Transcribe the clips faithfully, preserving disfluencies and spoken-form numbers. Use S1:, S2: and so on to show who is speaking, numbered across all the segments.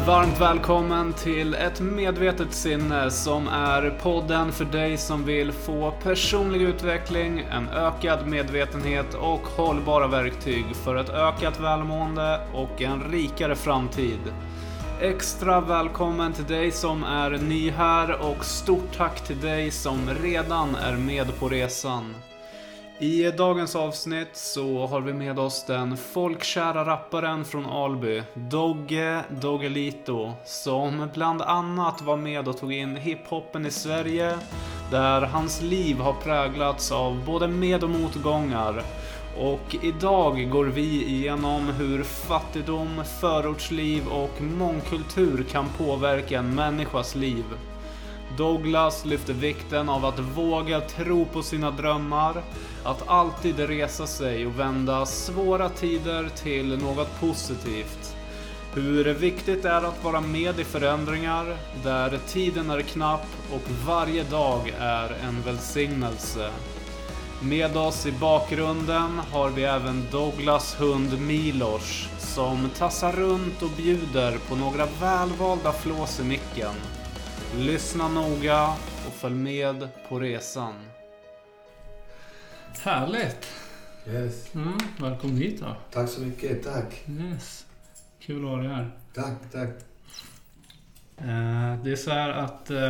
S1: Varmt välkommen till Ett medvetet sinne, som är podden för dig som vill få personlig utveckling, en ökad medvetenhet och hållbara verktyg för ett ökat välmående och en rikare framtid. Extra välkommen till dig som är ny här och stort tack till dig som redan är med på resan. I dagens avsnitt så har vi med oss den folkkära rapparen från Alby, Dogge Doggelito, som bland annat var med och tog in hiphopen i Sverige, där hans liv har präglats av både med- och motgångar. Och idag går vi igenom hur fattigdom, förortsliv och mångkultur kan påverka en människas liv. Douglas lyfter vikten av att våga tro på sina drömmar, att alltid resa sig och vända svåra tider till något positivt. Hur viktigt det är att vara med i förändringar där tiden är knapp och varje dag är en välsignelse. Med oss i bakgrunden har vi även Douglas hund Milos, som tassar runt och bjuder på några välvalda flås i micken. Lyssna noga och följ med på resan. Härligt.
S2: Yes.
S1: Mm, välkommen hit då.
S2: Tack så mycket, tack.
S1: Yes. Kul att ha dig här.
S2: Tack, tack.
S1: Eh, det är så här att eh,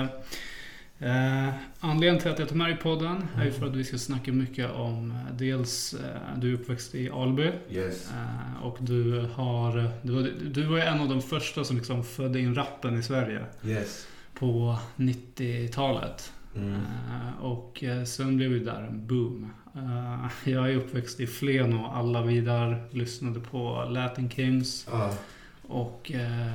S1: eh, anledningen till att jag tar med i podden mm. är ju för att vi ska snacka mycket om dels eh, du är uppväxt i Alby.
S2: Yes.
S1: Eh, och du har du var, du var ju en av de första som liksom födde in rappen i Sverige.
S2: Yes.
S1: På nittiotalet.
S2: Mm.
S1: Uh, och uh, sen blev det där en boom. Uh, jag är uppväxt i Flen och alla vidare lyssnade på Latin Kings.
S2: Ah.
S1: Och uh,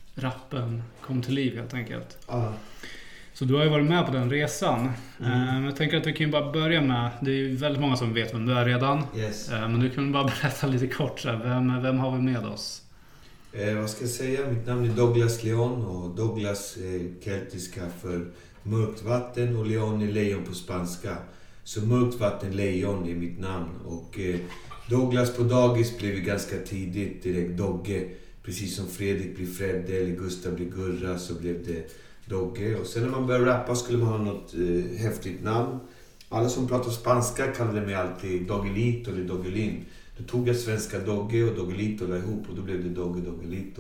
S1: rappen kom till liv helt enkelt.
S2: Ah.
S1: Så du har ju varit med på den resan.
S2: Mm.
S1: Uh, jag tänker att vi kan ju bara börja med, det är ju väldigt många som vet vem du är redan.
S2: Yes.
S1: Uh, men du kan bara berätta lite kort så här, vem, vem har vi med oss?
S2: Eh, vad ska jag säga? Mitt namn är Douglas Leon och Douglas är keltiska för mörkt vatten och Leon är lejon på spanska. Så mörkt vatten, lejon är mitt namn. Och eh, Douglas på dagis blev ganska tidigt direkt Dogge. Precis som Fredrik blir Fredde eller Gustav blir Gurra, så blev det Dogge. Och sen när man började rappa skulle man ha något eh, häftigt namn. Alla som pratar spanska kallade mig alltid Doggelito eller Doggelin. Då tog jag svenska Dogge och Doggelito la ihop och då blev det Dogge Doggelito.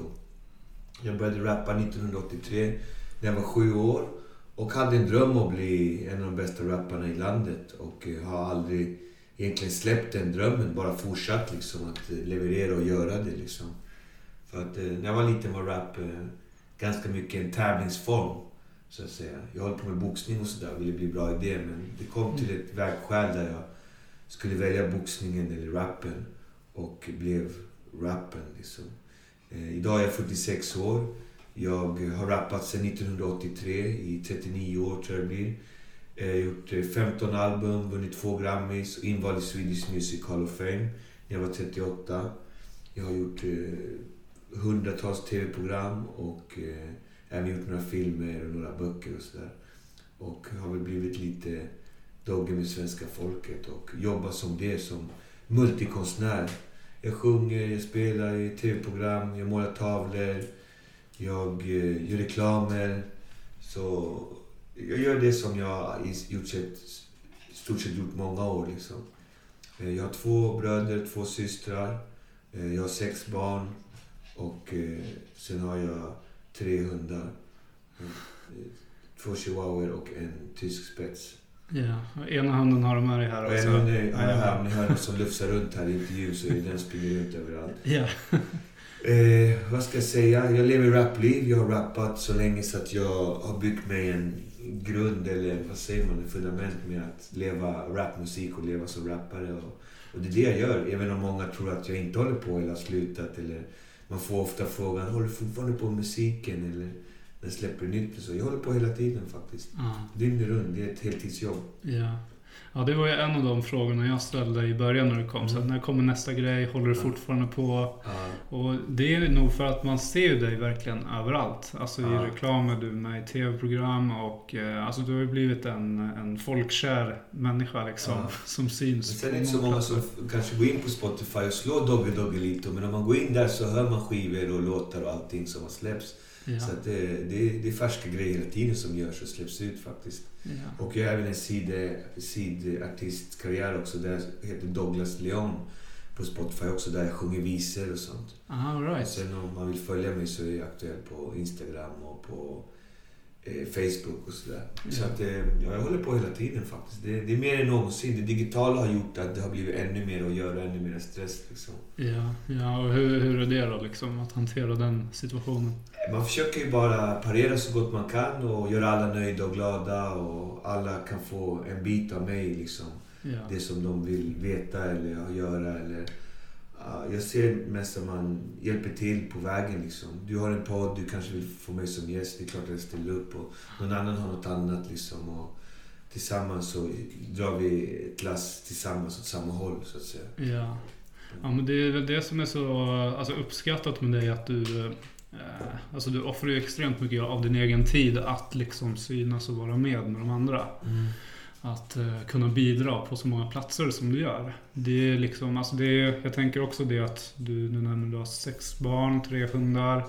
S2: Jag började rappa nittonhundraåttiotre när jag var sju år och hade en dröm att bli en av de bästa rapparna i landet. Och har aldrig egentligen släppt den drömmen, bara fortsatt liksom att leverera och göra det liksom. För att när jag var liten var rap ganska mycket en tävlingsform, så att säga. Jag höll på med boxning och sådär, ville bli bra i det, men det kom till ett vägskäl där jag skulle välja boxningen eller rappen och blev rappen liksom. Eh, idag är jag fyrtiosex år. Jag har rappat sedan nittonhundraåttiotre i trettionio år tror jag det blir. Jag har gjort femton album, vunnit två Grammys och invald i Swedish Music Hall of Fame när jag var trettioåtta. Jag har gjort eh, hundratals tv-program och eh, även gjort några filmer och några böcker och sådär. Och har väl blivit lite Dogge med svenska folket och jobbar som det som multikonstnär. Jag sjunger, jag spelar i tv-program, jag målar tavlor, jag eh, gör reklamer. Så jag gör det som jag gjort sett, stort sett gjort många år liksom. Eh, jag har två bröder, två systrar, eh, jag har sex barn och eh, sen har jag tre hundar. Eh, två chihuahuor och en tysk spets.
S1: Ja, ena handen har de med dig här
S2: och
S1: också.
S2: En hund är här, ni hör som lufsar runt här i intervju, så är den springer runt överallt.
S1: Ja.
S2: eh, vad ska jag säga? Jag lever rappliv, jag har rappat så länge så att jag har byggt mig en grund, eller vad säger man, en fundament med att leva rapmusik och leva som rappare. Och, och det är det jag gör, även om många tror att jag inte håller på eller har slutat. Eller man får ofta frågan, håller du fortfarande på musiken eller den släpper nytt och så. Jag håller på hela tiden faktiskt.
S1: Ja.
S2: Dygnet runt, det är ett heltidsjobb.
S1: Ja. Ja, det var ju en av de frågorna jag ställde i början när det kom. Mm. Så att när kommer nästa grej? Håller du fortfarande på? Ja. Och det är nog för att man ser dig verkligen överallt. Alltså ja. I reklam, du är med i tv-program och eh, alltså du har ju blivit en, en folkkär människa liksom, ja. Som syns.
S2: Men sen är det så många som kanske går in på Spotify och slår Dogge Dogge lite. Men om man går in där så hör man skivor och låtar och allting som har släpps. Ja. Så att det, det, det är färska grejer hela tiden som görs och släpps ut faktiskt. Ja. Och jag har även en sid, sidartistkarriär också där heter Douglas Leon på Spotify också, där jag sjunger visor och sånt.
S1: Aha, right.
S2: Och sen om man vill följa mig så är jag aktuell på Instagram och på eh, Facebook och sådär. Ja. Så att eh, jag håller på hela tiden faktiskt. Det, det är mer än någonsin. Det digitala har gjort att det har blivit ännu mer att göra, ännu mer stress liksom.
S1: Ja, ja och hur, hur är det då liksom, att hantera den situationen?
S2: Man försöker ju bara parera så gott man kan och göra alla nöjda och glada och alla kan få en bit av mig liksom. Ja. Det som de vill veta eller göra eller uh, jag ser mest att man hjälper till på vägen liksom. Du har en podd, du kanske vill få mig som gäst, det är klart att jag ställer upp och någon annan har något annat liksom och tillsammans så drar vi ett lass tillsammans åt samma håll så att säga.
S1: Ja. Ja, men det är väl det som är så alltså, uppskattat med dig, att du eh, alltså du offrar ju extremt mycket av din egen tid att liksom synas och vara med med de andra. Mm. Att eh, kunna bidra på så många platser som du gör. Det är liksom, alltså det är, jag tänker också det att du, du nämner du har sex barn, tre hundar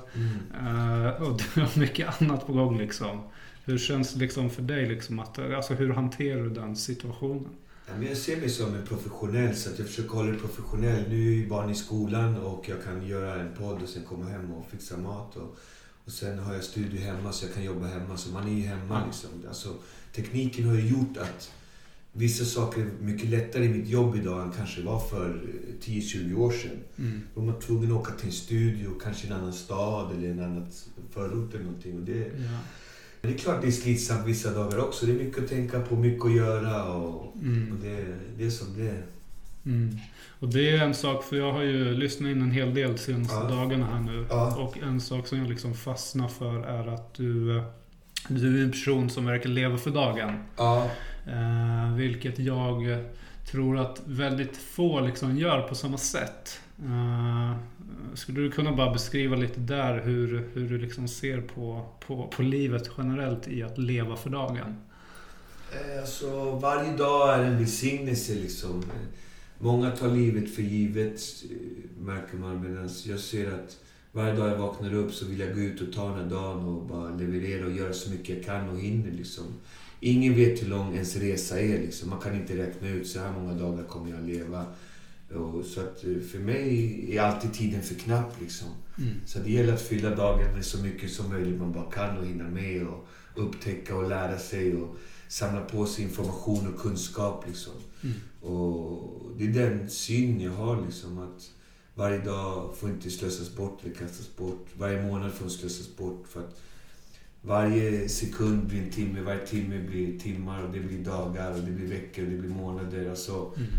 S1: mm. eh, och du har mycket annat på gång liksom. Hur känns det liksom för dig liksom att, alltså hur hanterar du den situationen?
S2: Jag ser mig som en professionell så att jag försöker hålla det professionell. Nu är barn i skolan och jag kan göra en podd och sen komma hem och fixa mat. Och, och sen har jag studio hemma så jag kan jobba hemma. Så man är ju hemma mm. liksom. Alltså, tekniken har ju gjort att vissa saker är mycket lättare i mitt jobb idag än kanske var för tio till tjugo år sedan. Mm. Då var man tvungen att åka till en studio, kanske en annan stad eller en annan förort eller någonting. Och det, ja. Det är klart det är slitsamt vissa dagar också. Det är mycket att tänka på, mycket att göra och, mm. och det, det är som det är.
S1: Mm. Och det är en sak, för jag har ju lyssnat in en hel del de senaste ja. dagarna här nu. Ja. Och en sak som jag liksom fastnar för är att du, du är en person som verkar leva för dagen. Ja. Eh, vilket jag tror att väldigt få liksom gör på samma sätt. Uh, skulle du kunna bara beskriva lite där hur, hur du liksom ser på, på, på livet generellt i att leva för dagen?
S2: Alltså, varje dag är en välsignelse liksom. Många tar livet för givet, märker man, medan jag ser att varje dag jag vaknar upp så vill jag gå ut och ta den här dagen och bara leverera och göra så mycket jag kan och hinner liksom. Ingen vet hur lång ens resa är liksom. Man kan inte räkna ut så här många dagar kommer jag leva. Och så att för mig är alltid tiden för knapp liksom. Mm. Så det gäller att fylla dagen med så mycket som möjligt man bara kan och hinna med och upptäcka och lära sig och samla på sig information och kunskap liksom. Mm. Och det är den syn jag har liksom, att varje dag får inte slösas bort eller kastas bort. Varje månad får slösas bort för att varje sekund blir en timme, varje timme blir timmar och det blir dagar och det blir veckor och det blir månader. Alltså, mm.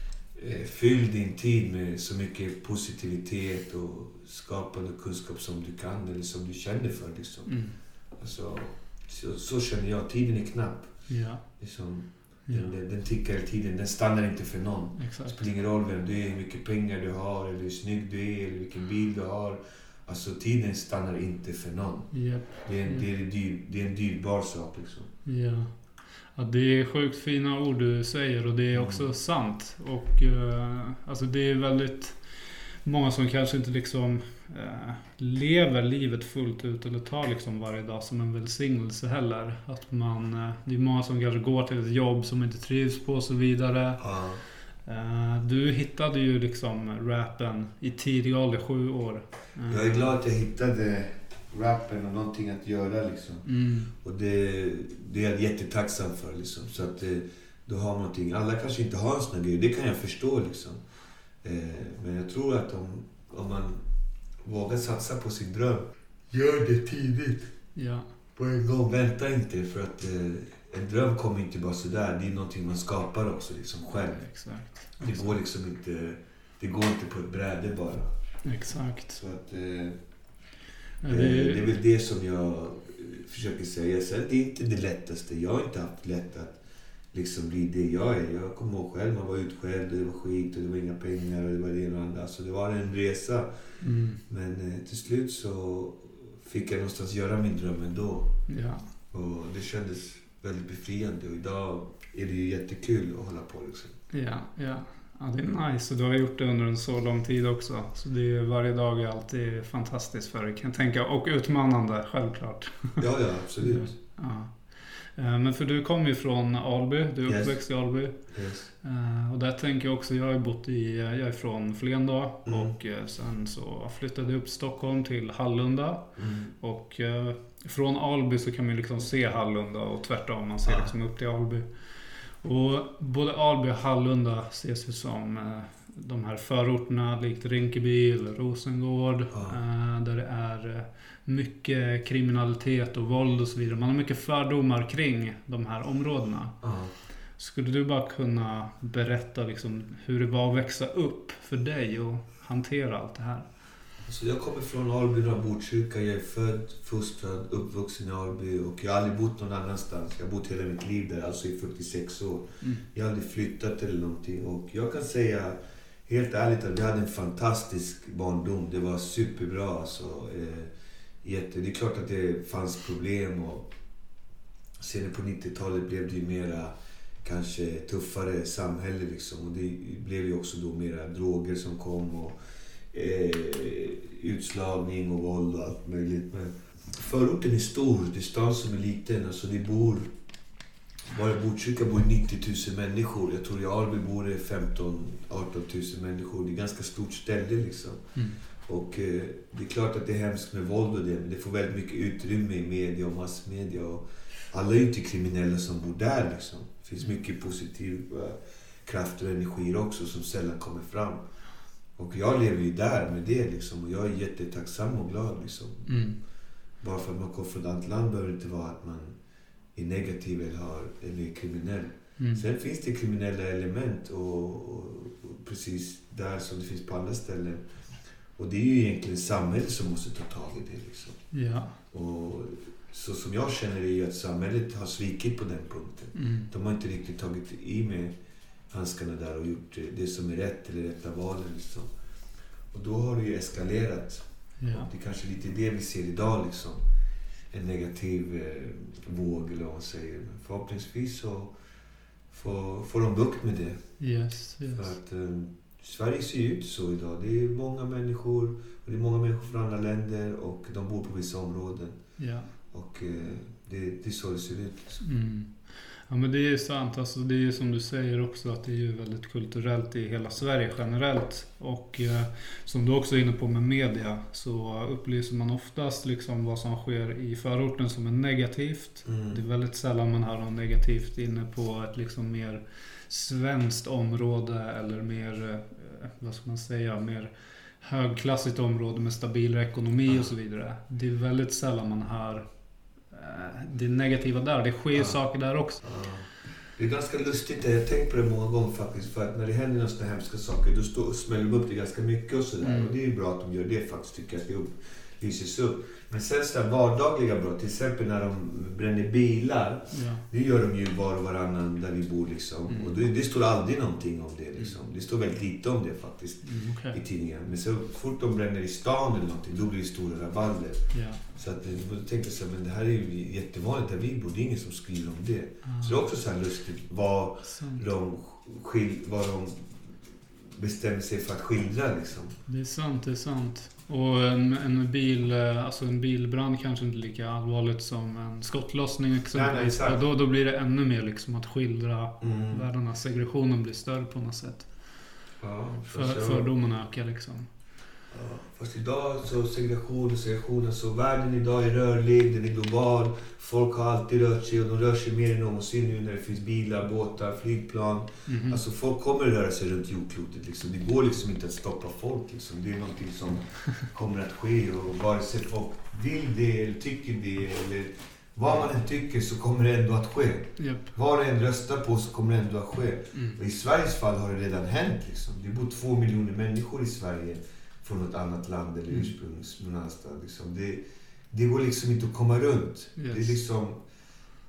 S2: Fyll din tid med så mycket positivitet och skapande kunskap som du kan eller som du känner för. Liksom. Mm. Alltså, så, så känner jag. Tiden är knapp. Ja. Liksom, ja. Den, den, den tickar hela tiden. Den stannar inte för någon. Exakt. Det spelar ingen roll vem du är, hur mycket pengar du har eller hur snygg du är eller vilken bil du har. Alltså tiden stannar inte för någon. Yep. Det, är en, det, är dyr, det är en dyrbar sak liksom.
S1: Ja. Ja, det är sjukt fina ord du säger och det är också mm. sant. Och uh, alltså det är väldigt många som kanske inte liksom uh, lever livet fullt ut eller tar liksom varje dag som en välsignelse heller. Att man, uh, det är många som kanske går till ett jobb som inte trivs på och så vidare. Mm. Uh, du hittade ju liksom rappen i tidig ålder, sju år.
S2: Uh, jag är glad att jag hittade rappen och någonting att göra liksom. Mm. Och det, det är jag jättetacksam för liksom. Så att det, då har man någonting. Alla kanske inte har en sån här grej. Det kan jag förstå liksom. Eh, men jag tror att om, om man vågar satsa på sin dröm, gör det tidigt. Ja. På en gång, vänta inte för att eh, en dröm kommer inte bara sådär. Det är någonting man skapar också liksom själv. Ja, exakt. Det exakt. går liksom inte, det går inte på ett bräde bara.
S1: Exakt.
S2: Så att eh, Det, det är väl det som jag försöker säga. Så det är inte det lättaste. Jag har inte haft lätt att liksom bli det jag är. Jag kommer ihåg själv, man var utskälld och det var skit och det var inga pengar och det var det ena och andra. Så det var en resa. Mm. Men eh, till slut så fick jag någonstans göra min dröm ändå.
S1: Ja.
S2: Och det kändes väldigt befriande och idag är det ju jättekul att hålla på liksom.
S1: Ja, ja. Ja, det är nice och du har gjort det under en så lång tid också. Så det är, varje dag är alltid fantastiskt för dig, kan jag tänka. Och utmanande, självklart.
S2: Ja, ja, absolut.
S1: Ja. Men för du kommer ju från Alby, du är uppväxt
S2: yes.
S1: i Alby.
S2: Yes.
S1: Och där tänker jag också, jag har bott i, jag är från Flen då. Mm. Och sen så flyttade jag upp Stockholm till Hallunda. Mm. Och från Alby så kan man liksom se Hallunda och tvärtom, man ser ah. liksom upp till Alby. Och både Alby och Hallunda ses ju som eh, de här förorterna likt Rinkeby eller Rosengård. Ja. Eh, där det är eh, mycket kriminalitet och våld och så vidare. Man har mycket fördomar kring de här områdena. Ja. Skulle du bara kunna berätta liksom, hur det var att växa upp för dig och hantera allt det här?
S2: Så jag kommer från Alby, norra Botkyrka. Jag är född, fostrad, uppvuxen i Alby och jag har aldrig bott någon annanstans. Jag har bott hela mitt liv där, alltså i fyrtiosex år. Mm. Jag har aldrig flyttat eller någonting och jag kan säga helt ärligt att vi hade en fantastisk barndom. Det var superbra alltså. Eh, jätte, det är klart att det fanns problem och sen på nittiotalet blev det ju mera kanske tuffare samhälle liksom och det blev ju också då mera droger som kom och Eh, utslagning och våld och allt möjligt. Men förorten är stor, det är stan som är liten. Alltså det bor, bara i Botkyrka bor nittio tusen människor. Jag tror i Alby bor det femton till arton tusen människor. Det är ganska stort ställe liksom. Mm. Och eh, det är klart att det är hemskt med våld och det, men det får väldigt mycket utrymme i media och massmedia. Och alla är ju inte kriminella som bor där liksom. Det finns mycket positiva krafter och energier också som sällan kommer fram. Och jag lever ju där med det liksom. Och jag är jättetacksam och glad liksom. Mm. Bara för att man kommer från ett annat land behöver det inte vara att man är negativ eller, har, eller är kriminell. Mm. Sen finns det kriminella element och, och, och precis där som det finns på andra ställen. Och det är ju egentligen samhället som måste ta tag i det liksom.
S1: Ja.
S2: Och så som jag känner det är ju att samhället har svikit på den punkten. Mm. De har inte riktigt tagit i med handskarna där och gjort det som är rätt eller rätta valen liksom. Och då har det ju eskalerat. Ja. Och det är kanske lite det vi ser idag liksom. En negativ eh, våg eller vad man säger. Men förhoppningsvis så får, får de bukt med det.
S1: Yes, yes.
S2: För att eh, Sverige ser ju ut så idag. Det är många människor och det är många människor från andra länder och de bor på vissa områden.
S1: Ja.
S2: Och eh, det, det är så det ser ut liksom.
S1: Mm. Ja, men det är ju sant. Alltså, det är ju som du säger också att det är ju väldigt kulturellt i hela Sverige generellt. Och eh, som du också är inne på med media så upplyser man oftast liksom vad som sker i förorten som är negativt. Mm. Det är väldigt sällan man har något negativt inne på ett liksom mer svenskt område eller mer, eh, vad ska man säga, mer högklassigt område med stabilare ekonomi mm. och så vidare. Det är väldigt sällan man har det negativa där. Det sker ja. saker där också. Ja.
S2: Det är ganska lustigt. Jag har tänkt på det många gånger faktiskt. För att när det händer några sådana hemska saker då står, smäller de upp det ganska mycket och sådär. Mm. Och det är ju bra att de gör det faktiskt. Tycker jag att det upp, lyses upp. Men sen sådär vardagliga brott. Till exempel när de bränner bilar. Ja. Det gör de ju var och varannan där vi bor liksom. Mm. Och det, det står aldrig någonting om det liksom. Det står väldigt lite om det faktiskt
S1: mm, okay.
S2: i tidningen. Men så fort de bränner i stan eller någonting då blir det stora rabalder.
S1: Ja.
S2: Så att då tänkte jag så här, men det här är ju jättevanligt där vi bor. Det är ingen som skriver om det. Ah. Så det är också så här lustigt vad de, skil, vad de bestämmer sig för att skildra liksom.
S1: Det är sant, det är sant. Och en, en bil, alltså en bilbrand kanske inte lika allvarligt som en skottlossning exempelvis. Nej, nej, då, då blir det ännu mer liksom att skildra mm. världarna. Segregationen blir större på något sätt.
S2: Ja,
S1: för, fördomarna ökar liksom.
S2: Ja, fast idag så segregation och segregation, så världen idag är rörlig, den är global. Folk har alltid rört sig och de rör sig mer än någonsin nu när det finns bilar, båtar, flygplan. Mm-hmm. Alltså folk kommer att röra sig runt jordklotet liksom. Det går liksom inte att stoppa folk liksom. Det är någonting som kommer att ske och vare sig folk vill det eller tycker det eller vad man än tycker så kommer det ändå att ske.
S1: Yep.
S2: Vad det än röstar på så kommer det ändå att ske.
S1: Mm.
S2: Och i Sveriges fall har det redan hänt liksom. Det bor två miljoner människor i Sverige från något annat land eller ursprungs mm. någonstans liksom. Det, det går liksom inte att komma runt.
S1: Yes.
S2: Det är liksom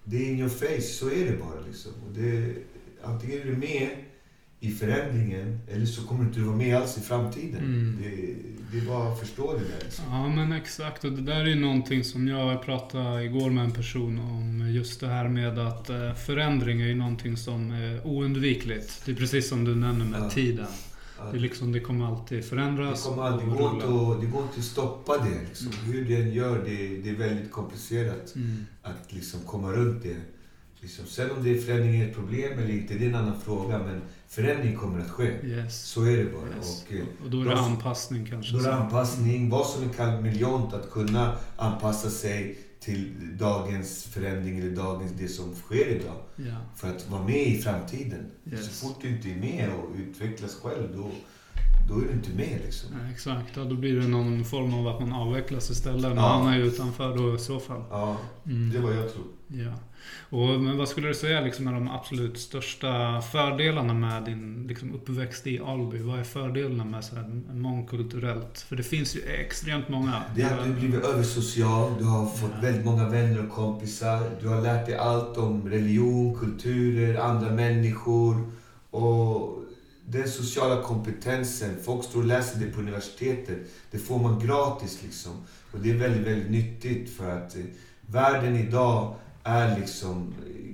S2: det är in your face, så är det bara liksom. Och det, antingen är du med i förändringen eller så kommer du inte vara med alls i framtiden. Mm. Det, det är bara att förstå det där. Liksom.
S1: Ja, men exakt. Och det där är ju någonting som jag pratade igår med en person om, just det här med att förändring är ju någonting som är oundvikligt. Det är precis som du nämner med ja. tiden. Det, är liksom, det kommer alltid förändras.
S2: Det kommer alltid gå att, det går inte att stoppa det. Liksom. Mm. Hur den gör det, det är väldigt komplicerat mm. att liksom komma runt det. Liksom. Sen om det är förändring är ett problem eller inte, det är en annan fråga. Men förändring kommer att ske.
S1: Yes.
S2: Så är det bara.
S1: Yes. Och, och då är det anpassning kanske.
S2: Då är det anpassning. Vad som är kameleont, att kunna anpassa sig till dagens förändring eller dagens det som sker idag. Yeah. För att vara med i framtiden. Yes. Så fort du inte är med och utvecklas själv, då, då är du inte med liksom.
S1: Ja, exakt, ja, då blir det någon form av att man avvecklas istället. Men ja. man är utanför då i så fall.
S2: Ja, mm. det var jag tror.
S1: Ja. Och, men vad skulle du säga liksom, är de absolut största fördelarna med din liksom, uppväxt i Alby? Vad är fördelarna med så här, mångkulturellt? För det finns ju extremt många.
S2: Det är att du blivit översocial, du har fått ja. väldigt många vänner och kompisar. Du har lärt dig allt om religion, kulturer, andra människor. Och den sociala kompetensen, folk står och läser det på universitetet. Det får man gratis liksom. Och det är väldigt, väldigt nyttigt för att eh, världen idag är liksom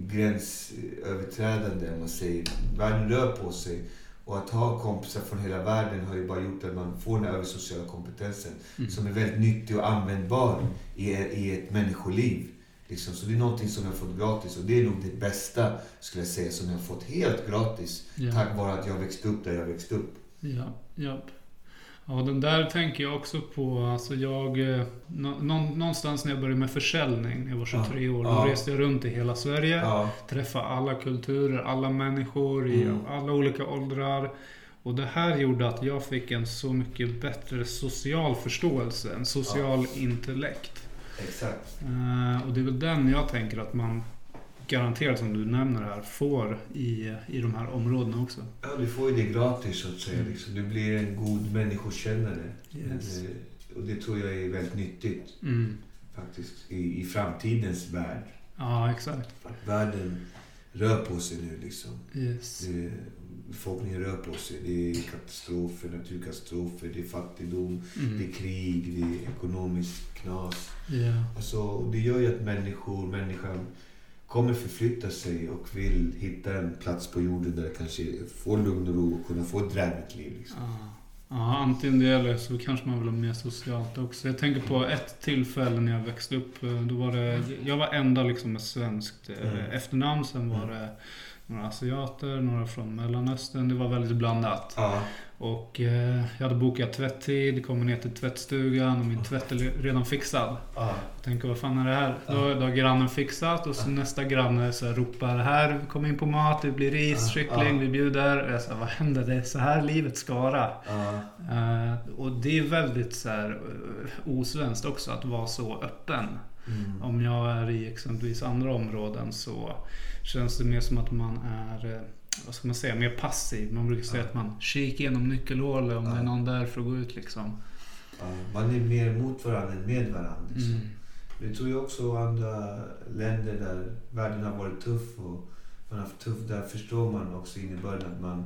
S2: gränsöverträdande, man säger. Världen rör på sig. Och att ha kompisar från hela världen har ju bara gjort att man får den här översociala kompetensen mm. som är väldigt nyttig och användbar i, i ett människoliv. Liksom. Så det är någonting som jag har fått gratis. Och det är nog det bästa, skulle jag säga, som jag har fått helt gratis. Ja. Tack vare att jag växte upp där jag växte upp.
S1: Ja, ja. Ja, den där tänker jag också på. Alltså jag, nå, någonstans när jag började med försäljning, jag var tjugotre ja. år, då ja. reste jag runt i hela Sverige. Ja. Träffade alla kulturer, alla människor i mm. alla olika åldrar. Och det här gjorde att jag fick en så mycket bättre social förståelse, en social ja. intellekt.
S2: Exakt.
S1: Uh, och det är väl den jag tänker att man garanterat, som du nämner här, får i, i de här områdena också.
S2: Ja, du får ju det gratis så att säga. Mm. Liksom. Du blir en god människokännare.
S1: Yes.
S2: Det, och det tror jag är väldigt nyttigt.
S1: Mm.
S2: Faktiskt. I, I framtidens värld.
S1: Ja, exakt.
S2: Att världen rör på sig nu liksom.
S1: Yes.
S2: Det, befolkningen rör på sig. Det är katastrofer, naturkatastrofer, det är fattigdom, mm. det är krig, det är ekonomiskt knas.
S1: Yeah.
S2: Alltså, det gör ju att människor, människan kommer förflytta sig och vill hitta en plats på jorden där det kanske får lugn och ro och kunna få ett drägligt liv. Liksom.
S1: Ah. Ja, antingen det eller så kanske man vill ha mer socialt också. Jag tänker på ett tillfälle när jag växte upp. Då var det, jag var enda liksom med svenskt mm. efternamn. Sen var det några asiater, några från Mellanöstern. Det var väldigt blandat.
S2: Ja.
S1: Och eh, jag hade bokat tvätttid, kom ner till tvättstugan och min tvätt är redan fixad.
S2: Ja.
S1: Jag tänker, vad fan är det här? Ja. Då, då har grannen fixat och så ja. nästa granne så ropar här, kom in på mat, det blir ris, ja. kyckling, ja. vi bjuder. Och jag sa, vad händer? Det är så här livet ska vara.
S2: Ja.
S1: Uh, och det är väldigt så här, osvenskt också att vara så öppen.
S2: Mm.
S1: Om jag är i exempelvis andra områden så känns det mer som att man är, vad ska man säga, mer passiv. Man brukar säga ja. att man kikar igenom nyckelhålet om ja. det är någon där för att gå ut liksom.
S2: Ja, man är mer mot varandra än med varandra liksom.
S1: Mm.
S2: Det tror jag också andra länder där världen har varit tuff och man har haft tuff, där förstår man också innebörden att man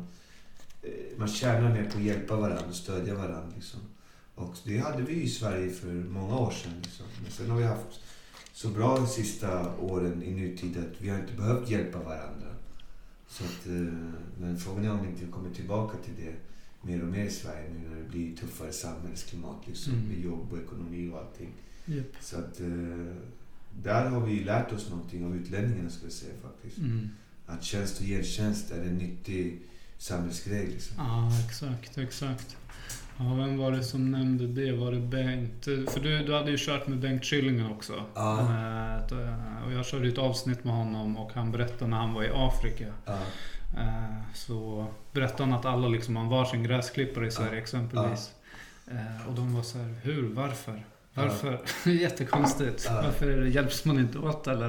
S2: man tjänar mer på att hjälpa varandra och stödja varandra liksom. Och det hade vi i Sverige för många år sedan liksom. Men sen har vi haft så bra de sista åren i nutid att vi har inte behövt hjälpa varandra. Så att, men frågan är om vi inte kommer tillbaka till det mer och mer i Sverige nu när det blir tuffare samhällsklimat liksom, mm. med jobb och ekonomi och allting.
S1: Yep.
S2: Så att där har vi lärt oss någonting av utlänningarna, skulle jag säga faktiskt.
S1: Mm.
S2: Att tjänst och gentjänst är en nyttig samhällsgrej liksom.
S1: Ja, exakt, exakt. Ja, vem var det som nämnde det? Var det Bengt? För du, du hade ju kört med Bengt Kyllingen också.
S2: Ja.
S1: Och jag körde ett avsnitt med honom och han berättade när han var i Afrika.
S2: Ja.
S1: Så berättade han att alla liksom har varsin gräsklippare i Sverige ja. exempelvis. Ja. Och de var så här, hur? Varför? Varför? Ja. Jättekonstigt. Ja. Varför hjälps man inte åt eller?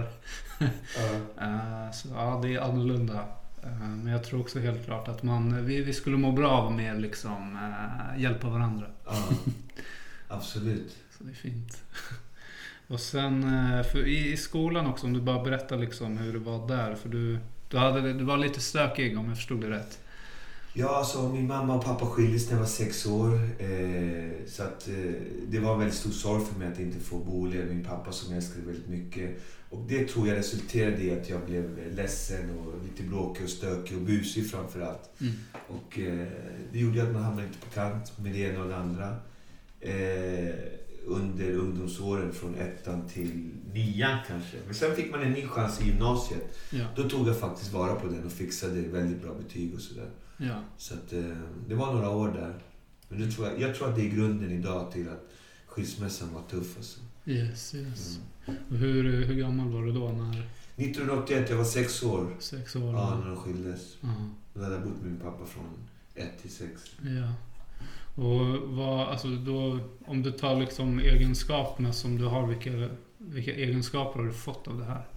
S2: Ja.
S1: Så ja, det är annorlunda. Men jag tror också helt klart att man, vi, vi skulle må bra av mer liksom, äh, hjälpa varandra.
S2: Ja, absolut.
S1: Så det är fint. Och sen för i, i skolan också, om du bara berättar liksom hur det var där. För du, du, hade, du var lite stökig om jag förstod det rätt.
S2: Ja, alltså min mamma och pappa skildes när jag var sex år. Eh, så att eh, det var en väldigt stor sorg för mig att inte få bo och leva med min pappa som jag älskade väldigt mycket. Och det tror jag resulterade i att jag blev ledsen och lite bråkig och stökig och busig framförallt. Mm. Och eh, det gjorde att man hamnade inte på kant med det ena och det andra. Eh, under ungdomsåren från ettan till nian kanske. Men sen fick man en ny chans i gymnasiet. Ja. Då tog jag faktiskt vara på den och fixade väldigt bra betyg och sådär. Ja. Så att, eh, det var några år där. Men det tror jag, jag tror att det är grunden idag till att skilsmässan var tuff. Alltså.
S1: Yes, yes. Mm. Och hur, hur gammal var du då? När...
S2: nittonhundraåttioett, jag var sex år.
S1: Sex år?
S2: Ja, när de skildes. Uh-huh. Då hade jag bott med min pappa från ett till sex.
S1: Ja. Och vad, alltså då, om du tar liksom egenskaperna som du har, vilka, vilka egenskaper har du fått av det här?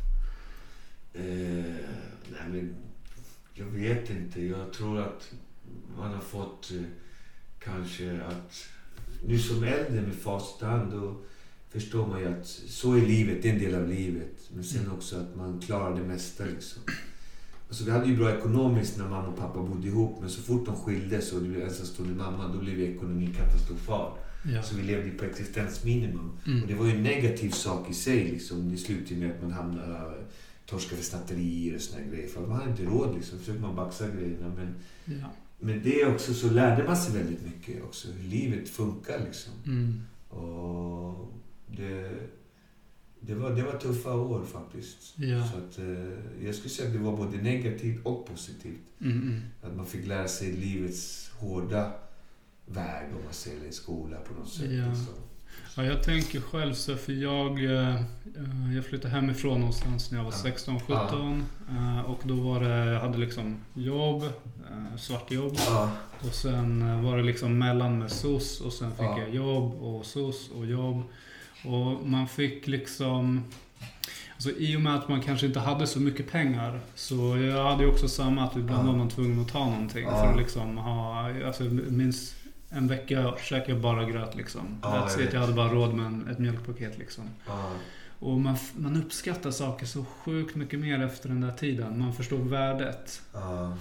S2: Eh, nej men, jag vet inte. Jag tror att man har fått eh, kanske att nu som äldre med facit hand då förstår man ju att så är livet, det är en del av livet. Men sen mm. också att man klarar det mesta liksom. Alltså vi hade ju bra ekonomiskt när mamma och pappa bodde ihop, men så fort de skildes och det blev ensamstående mamma, då blev ekonomin katastrofal. Ja. Så vi levde på existensminimum. Mm. Och det var ju en negativ sak i sig liksom. Det slutade med att man hamnade torska för snatterier och såna grejer. För man hade inte råd liksom, så försökte man baxa grejerna. Men, ja. men det också så lärde man sig väldigt mycket också, hur livet funkar liksom. Mm. Och det... Det var, det var tuffa år faktiskt. Ja. Så att, eh, jag skulle säga att det var både negativt och positivt. Mm, mm. Att man fick lära sig livets hårda väg om man ser det i skola på något sätt.
S1: Ja.
S2: Liksom.
S1: Ja, jag tänker själv så, för jag, eh, jag flyttade hemifrån någonstans när jag var sexton sjutton. Ja. Eh, och då var det, jag hade liksom jobb, eh, svartjobb. Ja. Och sen var det liksom mellan med S O S och sen fick ja. jag jobb och S O S och jobb. Och man fick liksom, alltså i och med att man kanske inte hade så mycket pengar, så jag hade ju också samma att ibland ja. var man tvungen att ta någonting ja. för att liksom ha, alltså minst en vecka käkade jag bara gröt liksom. Ja, jag, jag, jag hade bara råd med en, ett mjölkpaket liksom. Ja. Och man, man uppskattar saker så sjukt mycket mer efter den där tiden. Man förstår värdet.
S2: Ja.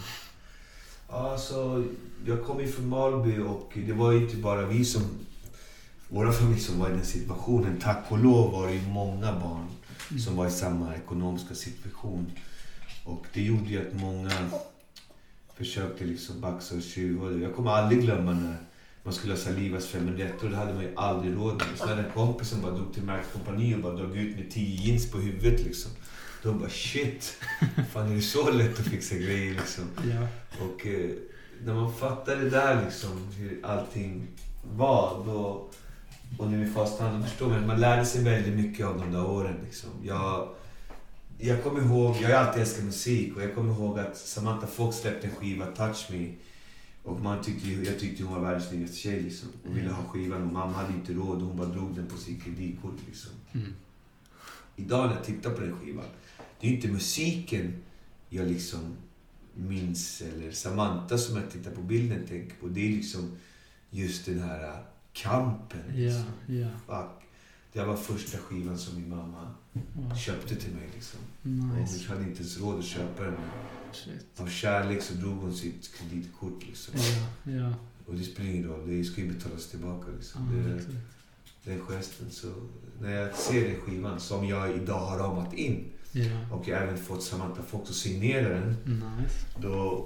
S2: Alltså, jag kom ju från Malby och det var ju inte bara vi som... Våra familj som var i den situationen, tack och lov var det ju många barn mm. som var i samma ekonomiska situation. Och det gjorde ju att många försökte liksom baxa och tjuva. Jag kommer aldrig glömma när man skulle ha Salivas femhundraett och det hade man ju aldrig råd med. Så när en kompis som bara drog till märkskompani och bara drog ut med tio jeans på huvudet liksom. Då bara shit, fan är det så lätt att fixa grejer liksom. Ja. Och eh, när man fattade det där liksom, hur allting var då... Och nu i fast hand, förstår man, man lärde sig väldigt mycket av de där åren liksom. Jag, jag kommer ihåg, jag har alltid älskat musik och jag kommer ihåg att Samantha Fox släppte en skiva, Touch Me. Och man tyckte, jag tyckte hon var världens snyggaste tjej liksom. Och ville ha skivan och mamma hade inte råd och hon bara drog den på sin kreditkort liksom. Mm. Idag när jag tittar på den skivan, det är inte musiken jag liksom minns eller Samantha som jag tittar på bilden tänker på. Det är liksom just den här... kampen liksom. Yeah, yeah. Fuck. Det var första skivan som min mamma wow. köpte till mig liksom. Nice. Och hon hade inte ens råd att köpa den. Shit. Av kärlek så drog hon sitt kreditkort liksom. Yeah, yeah. Och det spelar ingen roll, det ska ju betalas tillbaka liksom. Ah, det, den gesten så när jag ser den skivan som jag idag har ramat in yeah. och jag även fått Samantha Fox att signera den. Nice. Då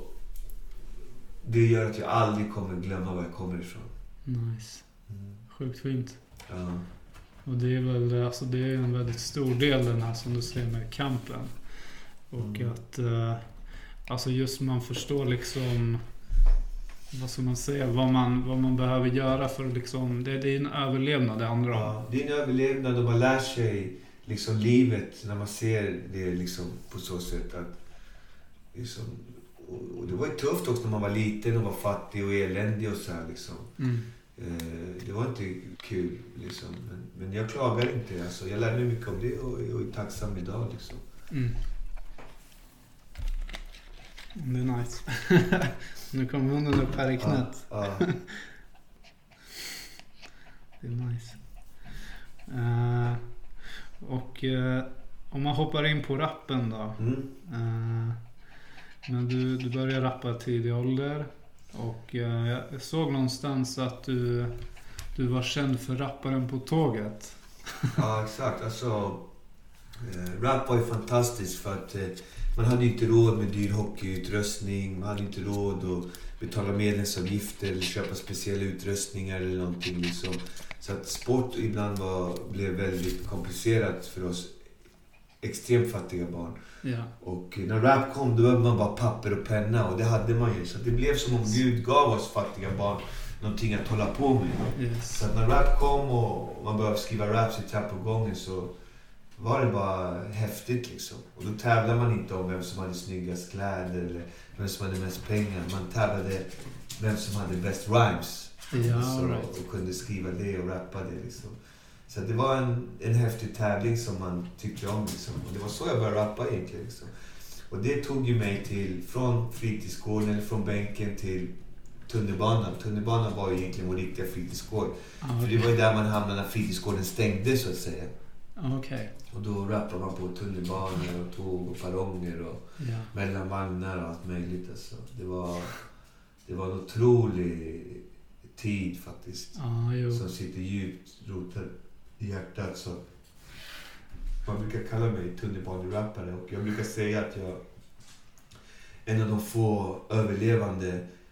S2: det gör att jag aldrig kommer glömma var jag kommer ifrån.
S1: Nice. Sjukt fint. Ja. Och det är väl alltså det är en väldigt stor del den här som du säger med kampen. Och mm. att eh, alltså just man förstår liksom vad ska man säga vad man vad man behöver göra för liksom det, det är en överlevnad det andra.
S2: Ja, det är en överlevnad och man lär sig liksom livet när man ser det liksom på så sätt att liksom, och, och det var ju tufft också när man var liten och var fattig och eländig och så här liksom. Mm. Det var inte kul liksom. men, men jag klagar inte alltså. Jag lärde mig mycket om det och, och är tacksam idag liksom. Mm.
S1: Det är nice. Nu kommer hunden upp här i knät. Ja, ja. Det är nice. uh, Och eh, om man hoppar in på rappen då.
S2: Mm.
S1: Eh, men du, du började rappa tidig ålder. Och eh, jag såg någonstans att du, du var känd för rapparen på tåget.
S2: Ja, exakt. Alltså, eh, rap var ju fantastiskt för att eh, man hade inte råd med dyr hockeyutrustning. Man hade inte råd att betala medlemsavgifter eller köpa speciella utrustningar eller någonting liksom. Så att sport ibland var, blev väldigt komplicerat för oss extremt fattiga barn.
S1: Ja.
S2: Och när rap kom, då behövde man bara papper och penna, och det hade man ju. Så det blev som om Gud gav oss fattiga barn någonting att hålla på med.
S1: Yes.
S2: Så att när rap kom och man började skriva raps i trappuppgången, så var det bara häftigt liksom. Och då tävlade man inte om vem som hade snyggast kläder eller vem som hade mest pengar. Man tävlade vem som hade bäst rhymes.
S1: Ja,
S2: så,
S1: right.
S2: Och kunde skriva det och rappa det liksom. Så det var en, en häftig tävling som man tyckte om liksom. Och det var så jag började rappa egentligen liksom. Och det tog ju mig till, från fritidsgården eller från bänken till tunnelbanan. Tunnelbanan var ju egentligen vår riktiga fritidsgård.
S1: Ah,
S2: för det var ju där man hamnade när fritidsgården stängde så att säga.
S1: Okej. Okay.
S2: Och då rappade man på tunnelbanor och tåg och perronger och
S1: ja.
S2: mellan vagnar och allt möjligt alltså. Det var, det var en otrolig tid faktiskt.
S1: Ah, jo.
S2: Som sitter djupt rotad i hjärtat. Så man brukar kalla mig tunnelbanerappare, och jag brukar säga att jag är en av de få överlevande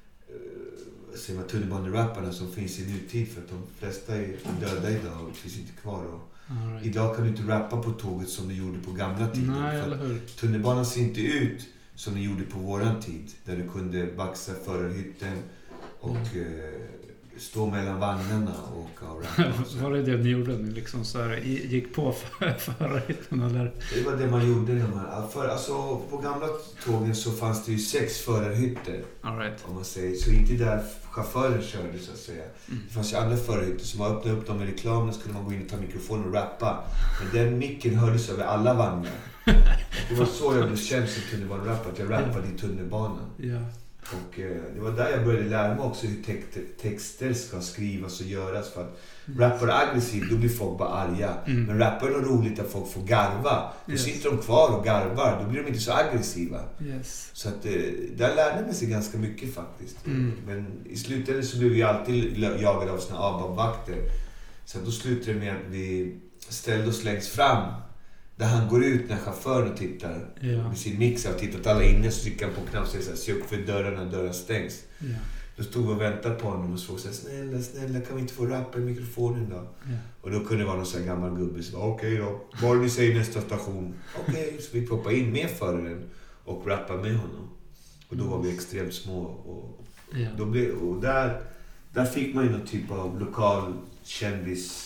S2: uh, tunnelbanerapparna som finns i nutid, för att de flesta är döda idag och finns inte kvar. Och
S1: right.
S2: Idag kan du inte rappa på tåget som du gjorde på gamla tiden.
S1: Nej,
S2: för
S1: eller hur?
S2: Tunnelbanan ser inte ut som du gjorde på våran tid, där du kunde baxa förarhytten och mm. uh, stå mellan vagnarna och åka och rappa.
S1: Var det det ni gjorde? Ni liksom så här, gick på för, förarhytten eller?
S2: Det var det man gjorde när man... För, alltså, på gamla tågen så fanns det ju sex förarhytter.
S1: All right.
S2: Om man säger. Så inte där chauffören körde så att säga.
S1: Mm.
S2: Det fanns ju andra förarhytter. Så man öppnade upp dem med reklam, så skulle man gå in och ta mikrofonen och rappa. Men den micken hördes över alla vagnar. Det var så jag blev känd som tunnelbanerappare, att jag rappade i tunnelbanan.
S1: Ja.
S2: Och eh, det var där jag började lära mig också hur te- texter ska skrivas och göras. För att mm. rappar aggressivt, då blir folk bara arga. Mm. Men rappar är något roligt att folk får garva. Då yes. sitter de kvar och garvar, då blir de inte så aggressiva.
S1: Yes.
S2: Så att eh, där lärde man sig ganska mycket faktiskt.
S1: Mm.
S2: Men i slutändan så blev vi alltid jagade av såna avbavvakter. Så då slutade det med att vi ställde oss längst fram. Där han går ut när chauffören tittar
S1: ja.
S2: med sin mixer och tittar att alla inne, så trycker han på knapp och säger se upp för dörren när dörren stängs.
S1: Ja.
S2: Då stod vi och väntade på honom och såg så här, snälla, snälla, kan vi inte få rappa i mikrofonen då?
S1: Ja.
S2: Och då kunde det vara någon sån här gammal gubbe som okej okay då, var ni säger nästa station? Okej, okay. Så vi poppade in med föraren och rappade med honom. Och då var vi extremt små. Och,
S1: ja.
S2: då blev, och där, där fick man ju någon typ av lokal kändis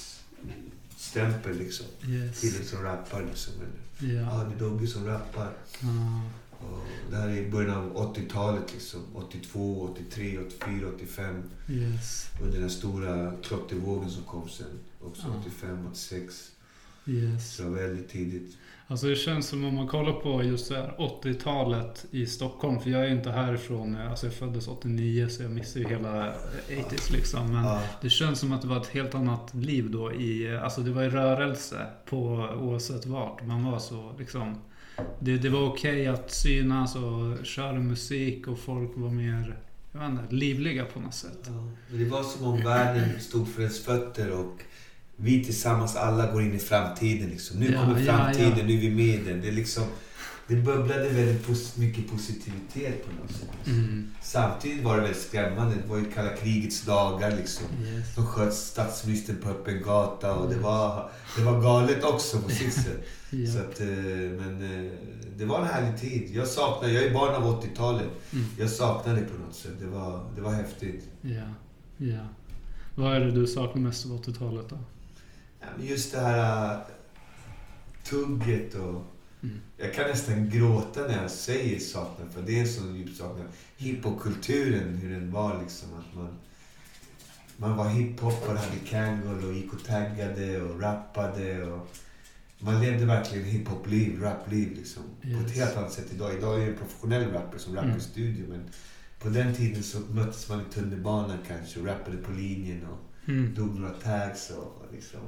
S2: stämpel liksom.
S1: Yes.
S2: Killen som rappar liksom.
S1: Ja.
S2: Ja, det är Doggy som rappar.
S1: Mm.
S2: Och det här är i början av åttiotalet liksom. åttiotvå, åttiotre, åttiofyra, åttiofem.
S1: Yes.
S2: Och den här stora klottervågen som kom sen. Också ja. åttiofem, åttiosex.
S1: Yes.
S2: Så det var väldigt tidigt.
S1: Alltså det känns som om man kollar på just det här åttiotalet i Stockholm. För jag är inte härifrån. Alltså jag föddes åttionio, så jag missar ju hela åttiotalet liksom. Men ja. Det känns som att det var ett helt annat liv då. I, alltså det var i rörelse på oavsett vart. Man var så liksom... Det, det var okej okay att synas och köra musik, och folk var mer, jag vet inte, livliga på något sätt.
S2: Ja. Det var som om världen stod för ens fötter och vi tillsammans alla går in i framtiden liksom. Nu ja, kommer framtiden, ja, ja. Nu är vi med den. Det är liksom, det bubblade väldigt pos- mycket positivitet på något sätt.
S1: Mm.
S2: Samtidigt var det väldigt skrämmande. Det var ju kalla krigets dagar liksom.
S1: Yes.
S2: De sköt statsministern på öppen gata och det var, det var galet också på sitt sätt. Ja. Så att, men det var en härlig tid. Jag saknar, jag är barn av åttiotalet. Mm. Jag saknar det på något sätt. Det var, det var häftigt.
S1: Ja, ja. Vad är det du saknar mest av åttiotalet då?
S2: Just det här tugget och mm. jag kan nästan gråta när jag säger saknar, för det är en sån djup saknad. Hiphopkulturen, hur den var liksom, att man man var hiphoppare, hade Kangol och gick och taggade och rappade och man levde verkligen hiphopliv, rapliv liksom. Yes. På ett helt annat sätt idag. Idag är jag en professionell rapper som rappar mm. i studio, men på den tiden så möttes man i tunnelbanan kanske och rappade på linjen och mm. drog några tags och liksom.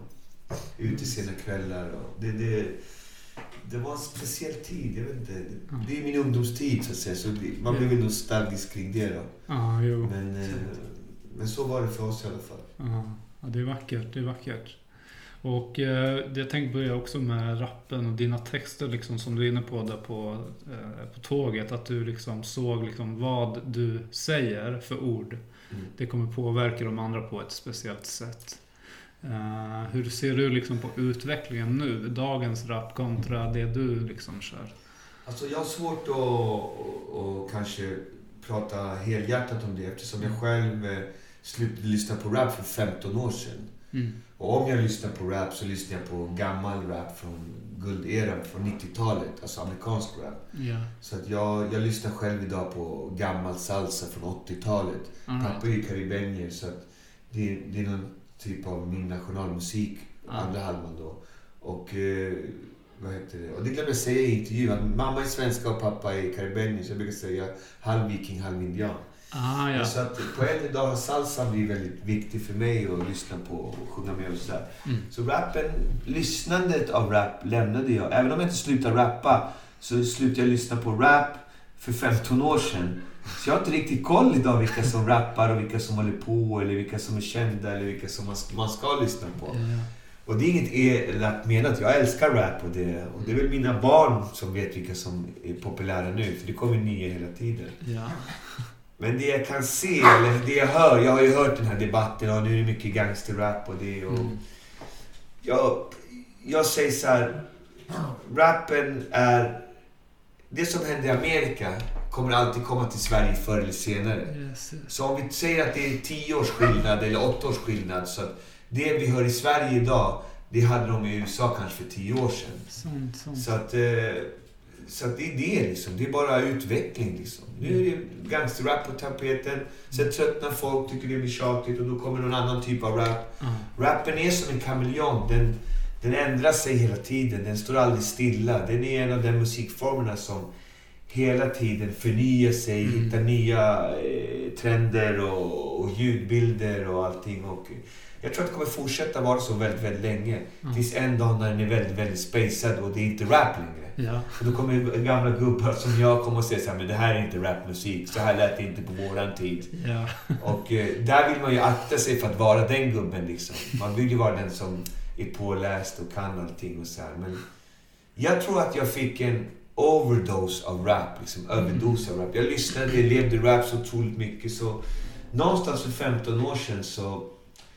S2: ute sina kvällar. Och det, det, det var en speciell tid, jag vet inte. Mm. Det är min ungdomstid så att säga, så det, man blir väl nostalgisk kring det då.
S1: Ja, jo.
S2: Men, eh, men så var det för oss i alla fall.
S1: Ja, det är vackert, det är vackert. Och eh, det jag tänkte börja också med rappen och dina texter liksom, som du är inne på där på, eh, på tåget. Att du liksom såg liksom, vad du säger för ord. Mm. Det kommer påverka de andra på ett speciellt sätt. Uh, hur ser du liksom på utvecklingen nu? Dagens rap kontra det du liksom kör?
S2: Alltså jag har svårt att, att kanske prata helhjärtat om det. Eftersom jag själv eh, slutade lyssna på rap för femton år sedan. Mm. Och om jag lyssnar på rap så lyssnar jag på gammal rap från gulderan från nittiotalet, alltså amerikansk rap. Yeah. Så att jag, jag lyssnar själv idag på gammal salsa från åttiotalet. Right. Pappa är ju karibenier, så att det, det är någon typ av min nationalmusik, mm. andra halvan då. Och eh, vad heter det? Och det glömde jag säga i intervjun. Mamma är svenska och pappa är karibenier, så jag brukar säga halv viking, halv indian.
S1: Ah, ja.
S2: Så att på äldre dag har salsa blivit väldigt viktig för mig att lyssna på och sjunga med och sådär. Mm. Så rappen, lyssnandet av rap lämnade jag. Även om jag inte slutade rappa så slutade jag lyssna på rap för femton år sedan. Så jag har inte riktigt koll idag vilka som rappar och vilka som håller på eller vilka som är kända eller vilka som man ska, man ska lyssna på. Ja. Och det är inget elakt menat. Jag älskar rap och det, och det är väl mina barn som vet vilka som är populära nu, för det kommer nya hela tiden.
S1: Ja.
S2: Men det jag kan se, eller det jag hör, jag har ju hört den här debatten och nu är det mycket gangsterrap och det och mm. jag, jag säger så här, rappen är det som händer i Amerika kommer alltid komma till Sverige förr eller senare.
S1: Yes, yes.
S2: Så om vi säger att det är tio års skillnad eller åtta års skillnad, så att det vi hör i Sverige idag, det hade de i U S A kanske för tio år sedan.
S1: Sånt, sånt.
S2: Så att eh, Så att det är det liksom. Det är bara utveckling liksom. Nu är det gangsterrap på tapeten. Sen tröttnar folk, tycker det blir tjatigt och då kommer någon annan typ av rap. Mm. Rappen är som en kameleont. Den, den ändrar sig hela tiden. Den står aldrig stilla. Den är en av de musikformerna som hela tiden förnyar sig. Mm. Hittar nya eh, trender och, och ljudbilder och allting. Och jag tror att det kommer fortsätta vara så väldigt, väldigt länge. Mm. Tills en dag när den är väldigt, väldigt spacad och det är inte rap längre.
S1: Ja.
S2: Och då kommer gamla gubbar som jag kommer att säga så här, men det här är inte rapmusik. Så här lät det inte på våran tid.
S1: Ja.
S2: Och eh, där vill man ju akta sig för att vara den gubben liksom. Man vill ju vara den som är påläst och kan allting och så här. Men jag tror att jag fick en overdose av rap, liksom överdos av rap. Jag lyssnade, jag levde rap så otroligt mycket, så någonstans för femton år sedan så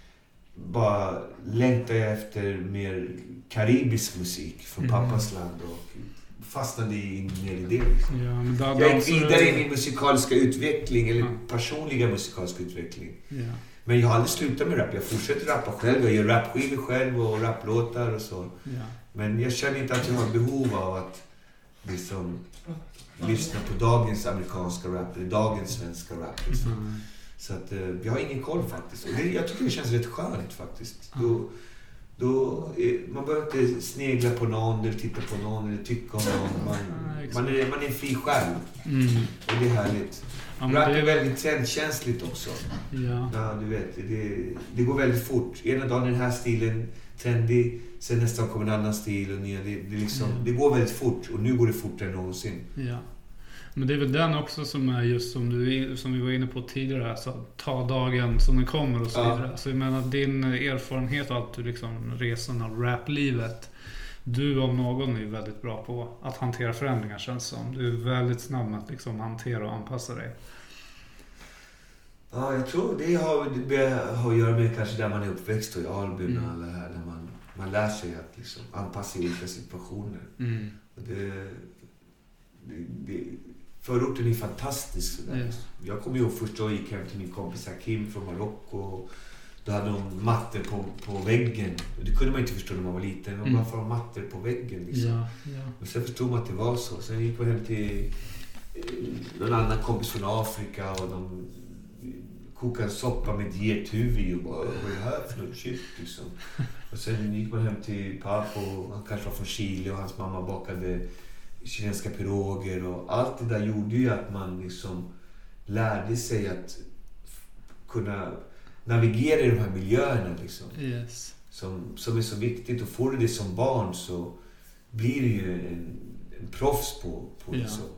S2: bara längtade jag efter mer karibisk musik från mm. pappas land och fastnade in mer i det. Liksom.
S1: Ja, men då,
S2: jag gick vidare i min musikaliska utveckling, eller ja. personliga musikaliska utveckling.
S1: Ja.
S2: Men jag har aldrig slutat med rap. Jag fortsätter rappa själv. Jag gör rapskivor själv och rapplåtar och så.
S1: Ja.
S2: Men jag känner inte att jag har behov av att liksom lyssna på dagens amerikanska rap eller dagens svenska rap. Liksom. Mm. Så att, uh, jag har ingen koll faktiskt. Och det, jag tycker det känns rätt skönt faktiskt. Mm. Då, då är, man behöver inte snegla på någon eller titta på någon eller tycka om någon. Man, mm, man, är, man är en fri själv. Mm. Och det är härligt. Ja, rap är det... väldigt trendkänsligt också.
S1: Ja.
S2: Ja, du vet, det, det går väldigt fort. Ena dagen är den här stilen trendig, sen nästa kommer en annan stil och nya. Det, det, liksom, ja. det går väldigt fort och nu går det fortare än någonsin.
S1: Ja. Men det är väl den också som är just som, du, som vi var inne på tidigare, alltså, ta dagen som den kommer och så vidare. Ja. Så jag menar, din erfarenhet av allt du liksom, resan av raplivet, du om någon är väldigt bra på att hantera förändringar, känns som. Du är väldigt snabb med att liksom, hantera och anpassa dig.
S2: Ja, jag tror det har, det har att göra med kanske där man är uppväxt och i Alby
S1: mm.
S2: och alla här, där man, man lär sig att liksom, anpassa i olika situationer.
S1: Mm.
S2: Och det, det, det förorten är fantastisk sådär.
S1: Mm.
S2: Jag kommer ihåg först då jag gick hem till min kompis Hakim från Marocko. Då hade de mattor på, på väggen. Det kunde man inte förstå när man var liten. De mm. bara får mattor på väggen liksom.
S1: Ja, ja.
S2: Och sen förstod man att det var så. Sen gick man hem till någon annan kompis från Afrika och de kokade soppa med dietuvi och bara, vad är det här för något shit liksom. Och sen gick man hem till pappa och han kanske var från Chile och hans mamma bakade chilenska piroger och allt det där gjorde ju att man liksom lärde sig att kunna navigera i de här miljöerna liksom.
S1: Yes.
S2: som, som är så viktigt. Och får du det som barn så blir det ju en, en proffs på, på
S1: ja.
S2: liksom,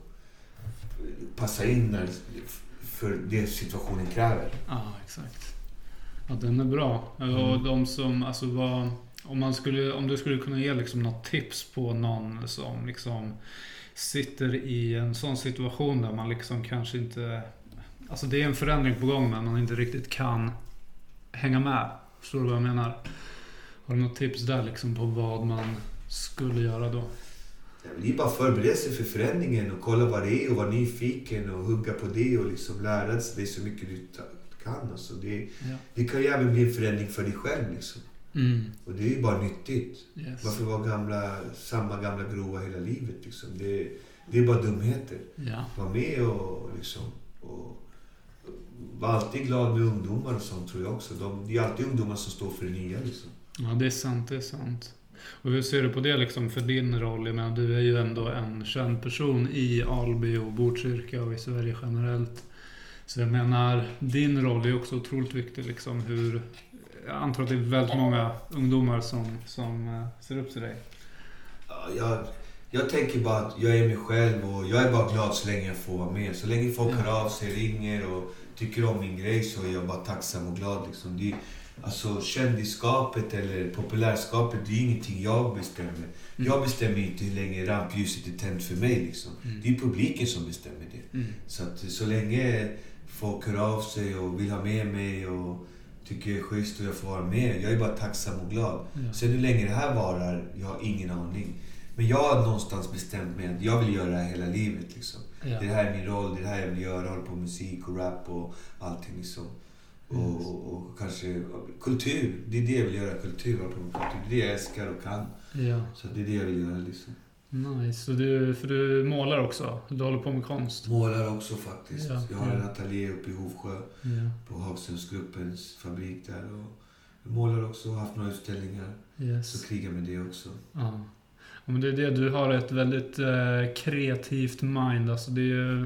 S2: passa in när, för det situationen kräver.
S1: Ja, exakt. Ja, den är bra. Mm. Och de som, alltså vad, om man skulle, om du skulle kunna ge liksom något tips på någon som liksom sitter i en sån situation där man liksom kanske inte, alltså det är en förändring på gång men man inte riktigt kan hänga med. Förstår du vad jag menar? Har du något tips där liksom på vad man skulle göra då?
S2: Det är bara förbereda sig för förändringen och kolla vad det är och vara nyfiken och hugga på det och liksom lära sig det så mycket du kan. Alltså det, ja. Det kan ju även bli en förändring för dig själv liksom.
S1: Mm.
S2: Och det är ju bara nyttigt.
S1: Yes.
S2: Varför vara gamla, samma gamla grova hela livet liksom? Det, det är bara dumheter.
S1: Ja.
S2: Var med och liksom och var alltid glad med ungdomar och sånt tror jag också. De, det är alltid ungdomar som står för det nya liksom.
S1: Ja, det är sant, det är sant. Och hur ser du på det liksom för din roll? Jag menar, du är ju ändå en känd person i Alby och Botkyrka och i Sverige generellt. Så jag menar, din roll är också otroligt viktig liksom hur, jag antar att det är väldigt många ungdomar som, som ser upp till dig.
S2: Ja, jag, jag tänker bara att jag är mig själv och jag är bara glad så länge jag får vara med. Så länge folk hör av sig, ringer och tycker om min grej så är jag bara tacksam och glad liksom. Det, alltså kändisskapet eller populärskapet, det är ingenting jag bestämmer. Mm. Jag bestämmer inte hur länge rampljuset är tänt för mig liksom. Mm. Det är publiken som bestämmer det. Mm. Så att så länge folk hör av sig och vill ha med mig och tycker jag är schysst och jag får vara med. Jag är bara tacksam och glad. Ja. Sen hur länge det här varar, jag har ingen aning. Men jag har någonstans bestämt mig att jag vill göra det här hela livet liksom. Ja. Det här är min roll, det är det här jag vill göra. Hålla på musik och rap och allting liksom. Mm. Och, och kanske kultur, det är det jag vill göra, kultur, kultur. Det är det jag älskar och kan. Ja. Så det är det jag vill göra liksom.
S1: Nice, så du, för du målar också, du håller på med konst?
S2: Målar också faktiskt. Ja. Jag har en ateljé uppe i Hovsjö ja. På Hagströmsgruppens fabrik där. Och jag målar också och har haft några utställningar. Yes. Så krigar med det också.
S1: Ja. Men det är det, du har ett väldigt eh, kreativt mind. Alltså det är,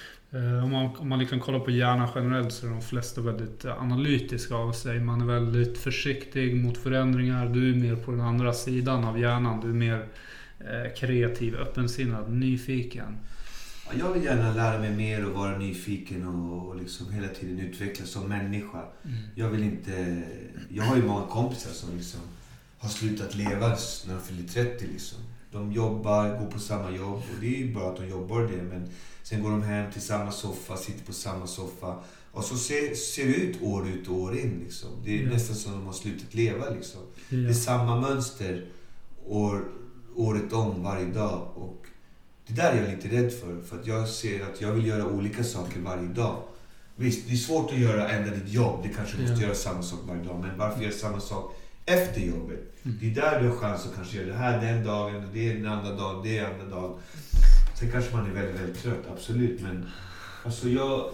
S1: eh, om man, om man liksom kollar på hjärnan generellt så är de flesta väldigt analytiska av sig. Man är väldigt försiktig mot förändringar. Du är mer på den andra sidan av hjärnan. Du är mer eh, kreativ, öppensinnad, nyfiken.
S2: Ja, jag vill gärna lära mig mer och vara nyfiken och, och liksom hela tiden utvecklas som människa. Mm. Jag vill inte... Jag har ju många kompisar som liksom har slutat leva när de fyller trettio liksom. De jobbar, går på samma jobb och det är ju bra att de jobbar det, men sen går de hem till samma soffa, sitter på samma soffa och så ser, ser det ut år ut och år in liksom. Det är ja. Nästan som de har slutat leva liksom. Ja. Det är samma mönster år, året om varje dag och det där är jag lite rädd för, för att jag ser att jag vill göra olika saker varje dag. Visst, det är svårt att göra ändra ditt jobb, det kanske måste ja. Göra samma sak varje dag, men varför göra samma sak efter jobbet? Mm. Det är där du har chans att kanske göra det här den dagen, det är den andra dagen, det är andra dagen. Sen kanske man är väldigt, väldigt trött, absolut. Men alltså jag,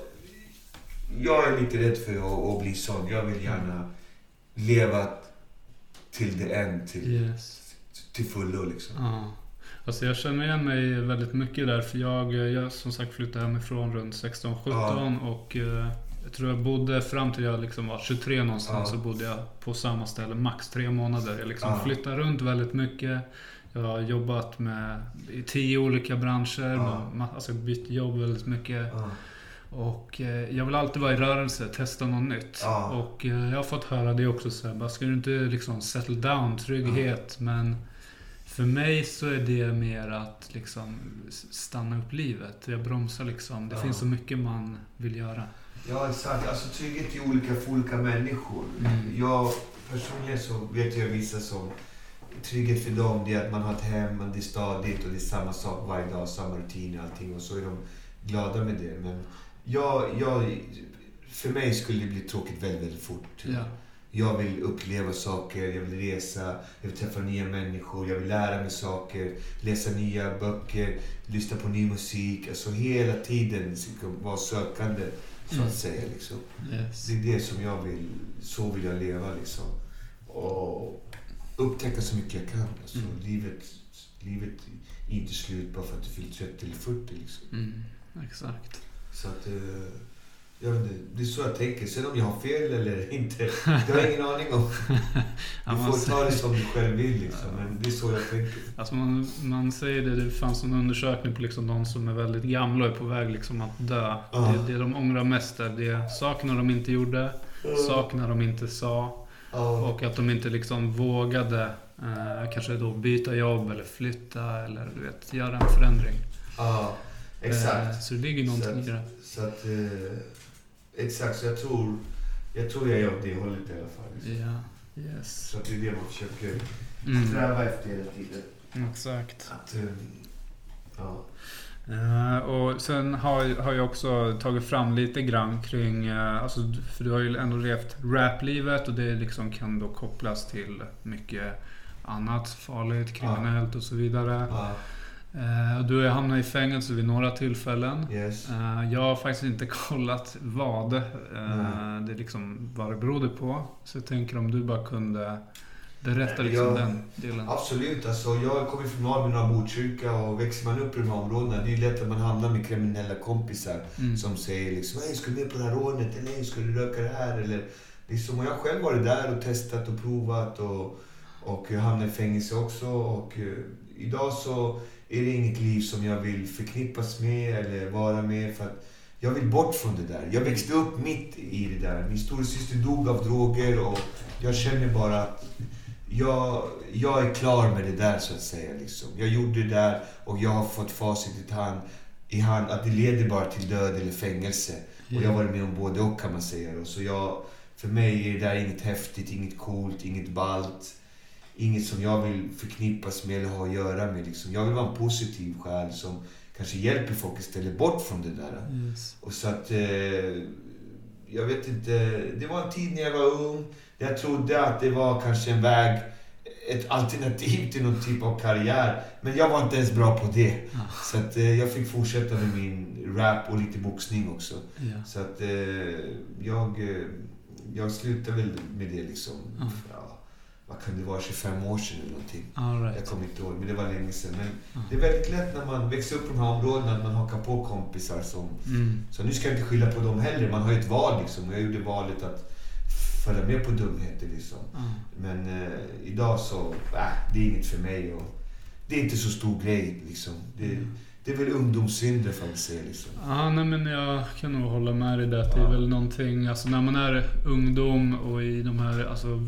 S2: jag är lite rädd för att, att bli sån. Jag vill gärna leva till det end, till, yes. till fullo liksom.
S1: Ja. Alltså jag känner igen mig väldigt mycket där, för jag, jag som sagt flyttade hemifrån runt sexton sjutton ja. Och jag tror jag bodde fram till jag liksom var tjugotre någonstans ja. Så bodde jag på samma ställe max tre månader. Jag liksom ja. Flyttade runt väldigt mycket. Jag har jobbat med i tio olika branscher. Ja. Med, alltså bytt jobb väldigt mycket. Ja. Och eh, jag vill alltid vara i rörelse, testa något nytt. Ja. Och eh, jag har fått höra det också så här, bara, ska du inte liksom settle down, trygghet. Ja. Men för mig så är det mer att liksom stanna upp livet. Jag bromsar liksom. Det ja. Finns så mycket man vill göra.
S2: Ja, exakt. Alltså trygghet är olika för olika människor. Mm. Jag personligen så vet jag vissa som trygghet för dem det är att man har ett hem, man det är stadigt och det är samma sak varje dag, samma rutin och allting och så är de glada med det. Men jag, jag, för mig skulle det bli tråkigt väldigt, väldigt fort. Ja. Jag vill uppleva saker, jag vill resa, jag vill träffa nya människor, jag vill lära mig saker, läsa nya böcker, lyssna på ny musik. Alltså hela tiden vara sökande. Så att säga liksom. Yes. Det är det som jag vill, så vill jag leva liksom. Och upptäcka så mycket jag kan. Alltså, mm. livet, livet är inte slut bara för att du fyller trettio eller fyrtio liksom.
S1: Mm, exakt.
S2: Så att Ja, det, det är så jag tänker. Sen om jag har fel eller inte, det har jag ingen aning om. Du får ta det som du själv vill liksom. Men det är så jag tänker.
S1: Alltså man, man säger det, det fanns en undersökning på liksom de som är väldigt gamla och är på väg liksom att dö. Ja. Det, det de ångrar mest är det sakerna de inte gjorde, ja. sakerna de inte sa. Ja. Och att de inte liksom vågade eh, kanske då byta jobb eller flytta eller du vet, göra en förändring.
S2: Ja, exakt.
S1: Eh, så det ligger någonting
S2: så
S1: i det.
S2: Så att, eh, exakt, så jag tror jag tror jag gör det hållet i alla fall. Liksom.
S1: Ja, yes.
S2: Så att det är det man försöker
S1: mm.
S2: sträva efter hela tiden.
S1: Exakt.
S2: Att, eh, ja.
S1: Uh, och sen har, har jag också tagit fram lite grann kring, uh, alltså, för du har ju ändå levt raplivet och det liksom kan då kopplas till mycket annat farligt, kriminellt ja. och så vidare. Ja. Uh, du har hamnat i fängelse vid några tillfällen.
S2: Yes.
S1: Uh, jag har faktiskt inte kollat vad uh, mm. det liksom, vad det berodde på. Så jag tänker om du bara kunde berätta liksom
S2: jag,
S1: den delen.
S2: Absolut, alltså jag kommer från Albin och Botkyrka och växer man upp i de här områdena, det är lätt att man hamnar med kriminella kompisar mm. som säger liksom, hej, ska du med på det här rånet? Eller ska du röka det här? Eller, liksom, och jag har själv varit där och testat och provat och, och hamnat i fängelse också. Och uh, idag så är det inget liv som jag vill förknippas med eller vara med, för att jag vill bort från det där. Jag växte upp mitt i det där. Min storasyster dog av droger och jag känner bara att Jag, jag är klar med det där så att säga. Liksom. Jag gjorde det där och jag har fått facit i hand, i hand att det leder bara till död eller fängelse. Mm. Och jag har varit med om både och kan man säga. Så jag, för mig är det där inget häftigt, inget coolt, inget ballt. Inget som jag vill förknippas med eller ha att göra med. Liksom. Jag vill vara en positiv själ som kanske hjälper folk istället bort från det där. Yes. Och så att, eh, jag vet inte, det var en tid när jag var ung. Jag trodde att det var kanske en väg, ett alternativ till någon typ av karriär. Men jag var inte ens bra på det. Ja. Så att eh, jag fick fortsätta med min rap och lite boxning också. Ja. Så att eh, jag, jag slutade väl med det liksom. Ja. Ja, vad kan det vara, tjugofem år sedan eller någonting. Right. Jag kommer inte ihåg, men det var länge sedan. Men ja. det är väldigt lätt när man växer upp i de här områdena att man hakar på kompisar som... Mm. Så nu ska jag inte skylla på dem heller. Man har ju ett val liksom. Jag gjorde valet att följa med på dumheter liksom. Mm. Men eh, idag så, äh, det är inget för mig och det är inte så stor grej liksom. Det, mm. det är väl ungdomssynder för att säga liksom.
S1: Ja, nej, men jag kan nog hålla med dig där. Det är ja. väl någonting, alltså när man är ungdom och i de här, alltså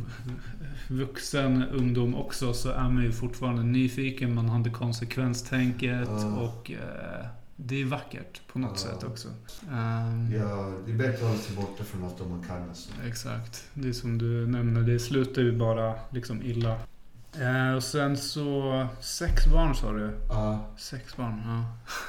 S1: vuxen ungdom också, så är man ju fortfarande nyfiken. Man har inte konsekvenstänket ja. och eh, det är vackert på något ja. sätt också. Um,
S2: ja, det är bättre att hålla sig borta från allt om man kan. Alltså.
S1: Exakt. Det är som du nämner, det slutar ju bara liksom illa. Uh, och sen så, sex barn sa du?
S2: Ja.
S1: Sex barn, ja.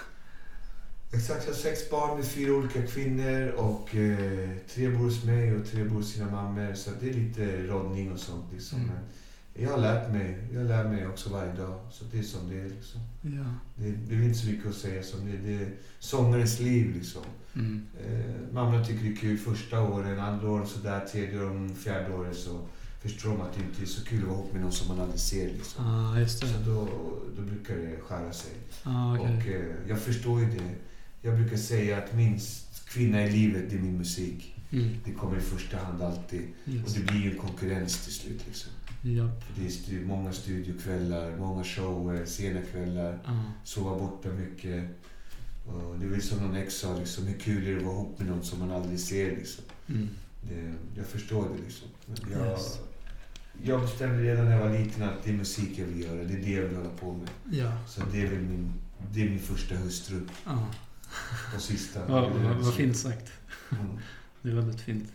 S2: Exakt, jag har sex barn med fyra olika kvinnor och eh, tre bor hos mig och tre bor hos sina mammor. Så det är lite rådning och sånt liksom. Mm. Jag har lärt mig, jag lär mig också varje dag, så det är som det är liksom. Ja. Det, det är inte så mycket att säga som det, det är sångarens liv liksom. Mm. Eh, mamma tycker det är kul första åren, andra åren sådär, tredje åren, fjärde året så förstår man att det inte är så kul att vara ihop med någon som man aldrig ser liksom.
S1: Ah, just det.
S2: Så då, då brukar det skära sig.
S1: Ah, okay.
S2: Och eh, jag förstår ju det. Jag brukar säga att min kvinna i livet, det är min musik. Mm. Det kommer i första hand alltid. Yes. Och det blir ju en konkurrens till slut liksom.
S1: Yep.
S2: Det är stu- många studiokvällar, många shower, sena kvällar, uh. sova borta mycket. Och det är väl som någon ex sa, liksom, hur kul är det att vara ihop med någon som man aldrig ser liksom. Mm. Det, jag förstår det liksom. Men jag, yes. jag bestämde redan när jag var liten att det är musik jag vill göra, det är det jag vill hålla på med.
S1: Ja.
S2: Så det är väl min, det är min första hustru.
S1: Uh.
S2: Och sista.
S1: Ja, vad, vad fint sagt. Mm. Det är väldigt fint.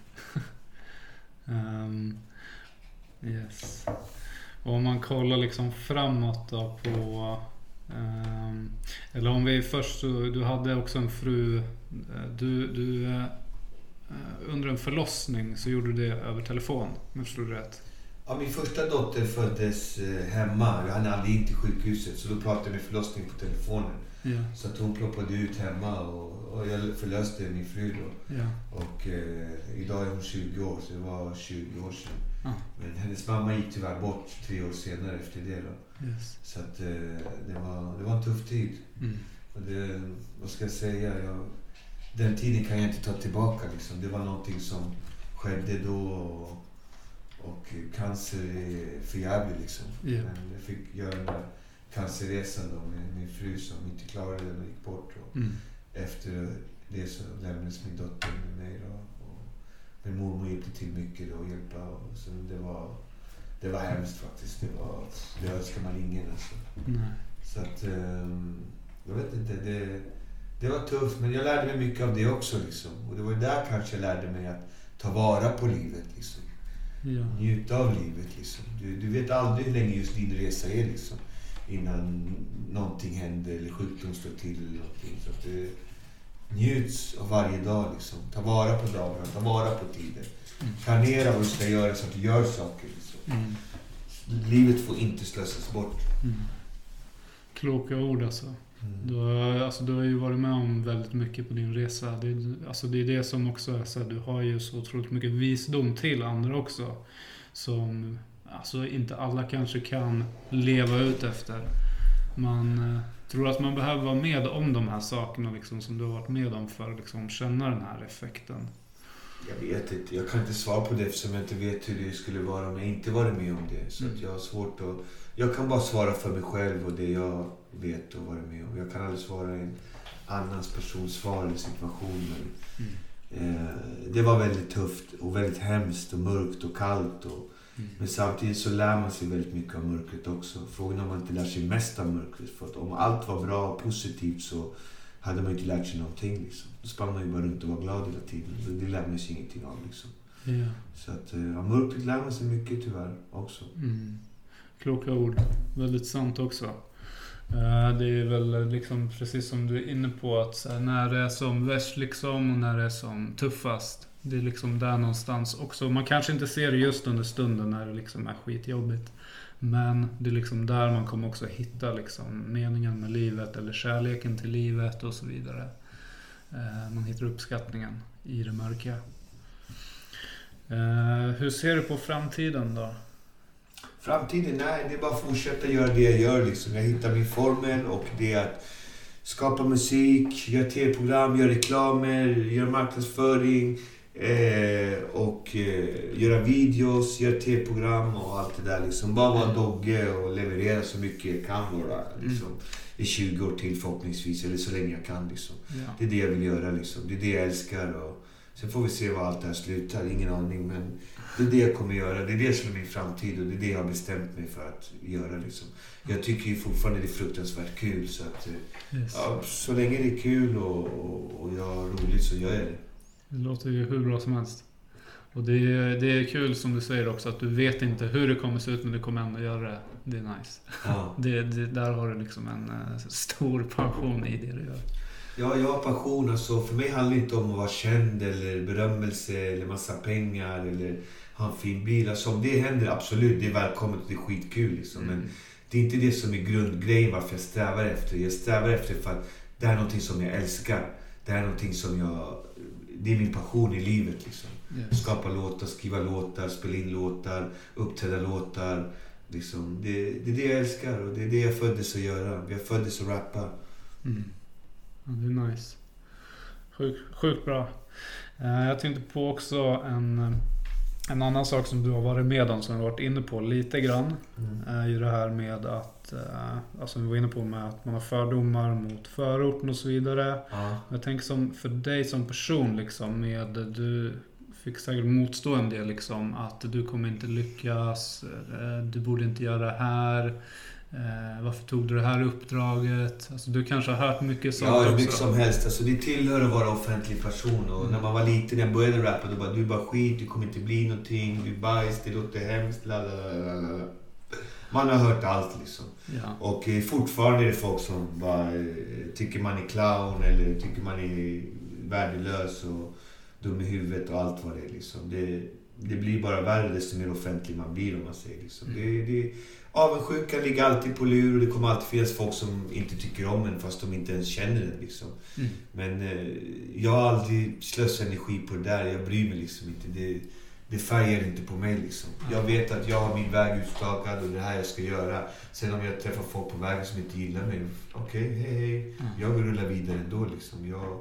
S1: um, Yes. Och om man kollar liksom framåt då på um, eller om vi först så, du hade också en fru, du, du uh, under en förlossning så gjorde du det över telefon, men förstod du rätt?
S2: Ja, min första dotter föddes eh, hemma. Jag hade aldrig in till sjukhuset, så då pratade jag med förlossning på telefonen. Ja. Så att hon ploppade ut hemma och, och jag förlöste min fru då. Ja. Och eh, idag är hon tjugo år, så det var tjugo år sedan. Ah. Men hennes mamma gick tyvärr bort tre år senare efter det då. Yes. Så att eh, det, var, det var en tuff tid. Mm. Och det, vad ska jag säga, jag, den tiden kan jag inte ta tillbaka liksom. Det var någonting som skedde då och, och cancer är för jävligt liksom.
S1: Yeah.
S2: Men jag fick göra den där cancerresan då med min fru som inte klarade den och gick bort. Och
S1: mm.
S2: efter det så lämnades min dotter med mig då. Och min mormor hjälpte till mycket då och hjälpa. Och så det var, det var hemskt faktiskt. Det, var, det önskar man ingen alltså.
S1: Nej.
S2: Så att, um, jag vet inte, det, det var tufft. Men jag lärde mig mycket av det också liksom. Och det var där kanske jag lärde mig att ta vara på livet liksom.
S1: Ja.
S2: Njuta av livet liksom. Du, du vet aldrig hur länge just din resa är liksom. Innan någonting händer eller sjukdom slår till eller någonting. Så att det njuts av varje dag liksom. Ta vara på dagarna, ta vara på tiden.
S1: Mm.
S2: Planera vad du ska göra så att du gör saker liksom.
S1: Mm.
S2: Livet får inte slösas bort.
S1: Mm. Kloka ord alltså.
S2: Mm.
S1: Du har, alltså. Du har ju varit med om väldigt mycket på din resa. Det är, alltså det är det som också är så här, du har ju så otroligt mycket visdom till andra också. Som alltså inte alla kanske kan leva ut efter. Man eh, tror att man behöver vara med om de här sakerna liksom, som du har varit med om för att liksom, känna den här effekten.
S2: Jag vet inte, jag kan inte svara på det eftersom jag inte vet hur det skulle vara om jag inte varit med om det. Så
S1: mm.
S2: att jag har svårt att... Jag kan bara svara för mig själv och det jag vet och varit med om. Jag kan aldrig svara i en annans persons svar eller situation. Mm. Eh, det var väldigt tufft och väldigt hemskt och mörkt och kallt. Och, mm. Men samtidigt så lär man sig väldigt mycket av mörkret också. Frågan om man inte lär sig mest av mörkret. För att om allt var bra och positivt så hade man inte lärt sig någonting liksom. Då spann man ju bara runt och var glad hela tiden. Så det lär man sig ingenting av liksom.
S1: Ja.
S2: Så att ja, mörkret lär man sig mycket tyvärr också.
S1: Mm. Kloka ord. Väldigt sant också. Det är väl liksom precis som du är inne på att när det är som värst liksom och när det är som tuffast. Det är liksom där någonstans också. Man kanske inte ser det just under stunden när det liksom är skitjobbigt. Men det är liksom där man kommer också hitta liksom meningen med livet eller kärleken till livet och så vidare. Man hittar uppskattningen i det mörka. Hur ser du på framtiden då?
S2: Framtiden? Nej, det är bara att fortsätta göra det jag gör liksom. Jag hittar min formel och det är att skapa musik, göra tv-program, göra reklamer, göra marknadsföring eh, och eh, göra videos, göra tv-program och allt det där liksom. Bara vara dogge och leverera så mycket jag kan vara liksom. Mm. I tjugo år till förhoppningsvis, eller så länge jag kan liksom. Ja. Det är det jag vill göra liksom. Det är det jag älskar och sen får vi se vad allt det här slutar, ingen aning, men det är det jag kommer göra. Det är det som är min framtid och det är det jag har bestämt mig för att göra liksom. Jag tycker ju fortfarande det är fruktansvärt kul så att yes. Ja, så länge det är kul och, och, och jag har roligt så gör jag det.
S1: Det låter ju hur bra som helst. Och det är, det är kul som du säger också att du vet inte hur det kommer se ut men du kommer ändå göra det. Det är nice. Ja. det, det, där har du liksom en uh, stor passion i det du gör.
S2: Ja, jag har passion. Alltså, för mig handlar det inte om att vara känd eller berömmelse eller massa pengar eller ha en fin bil. Alltså, om det händer, absolut, det är välkommet och det är skitkul. Liksom. Mm. Men det är inte det som är grundgrejen varför jag strävar efter. Jag strävar efter för att det är någonting som jag älskar. Det är någonting som jag... Det är min passion i livet. Liksom. Yes. Skapa låtar, skriva låtar, spela in låtar, uppträda låtar. Liksom. Det, det är det jag älskar och det är det jag föddes att göra. Jag föddes att rappa.
S1: Mm. Ja, det är nice. Sjukt sjuk bra. Uh, jag tänkte på också en, en annan sak som du har varit med om som du har varit inne på lite grann. Mm. Är ju det här med att, uh, alltså vi var inne på med att man har fördomar mot förorten och så vidare. Uh. Jag tänker som för dig som person liksom med du fick säkert motstå en del liksom att du kommer inte lyckas, uh, du borde inte göra det här. Eh, varför tog du det här uppdraget? Alltså, du kanske har hört mycket sånt också.
S2: Ja, mycket som helst. Alltså, det tillhör att vara offentlig person. Och mm. när man var liten, när jag började rappa, då bara, du är bara skit, du kommer inte bli någonting, du är bajs, det låter hemskt, lalalala. Man har hört allt liksom. Ja. Och eh, fortfarande är det folk som bara eh, tycker man är clown eller tycker man är värdelös och dum i huvudet och allt vad det är liksom. Det, det blir bara värre desto mer offentlig man blir om man säger liksom. Mm. Det, det avundsjukan ligger alltid på lur och det kommer alltid finnas folk som inte tycker om en fast de inte ens känner den liksom. Mm. Men eh, jag har aldrig slösat energi på det där, jag bryr mig liksom inte. Det, det färger inte på mig liksom. Mm. Jag vet att jag har min väg utstakad och det här jag ska göra. Sen om jag träffar folk på vägen som inte gillar mig, okej, okay, hej hej. Mm. Jag vill rulla vidare ändå liksom. Jag,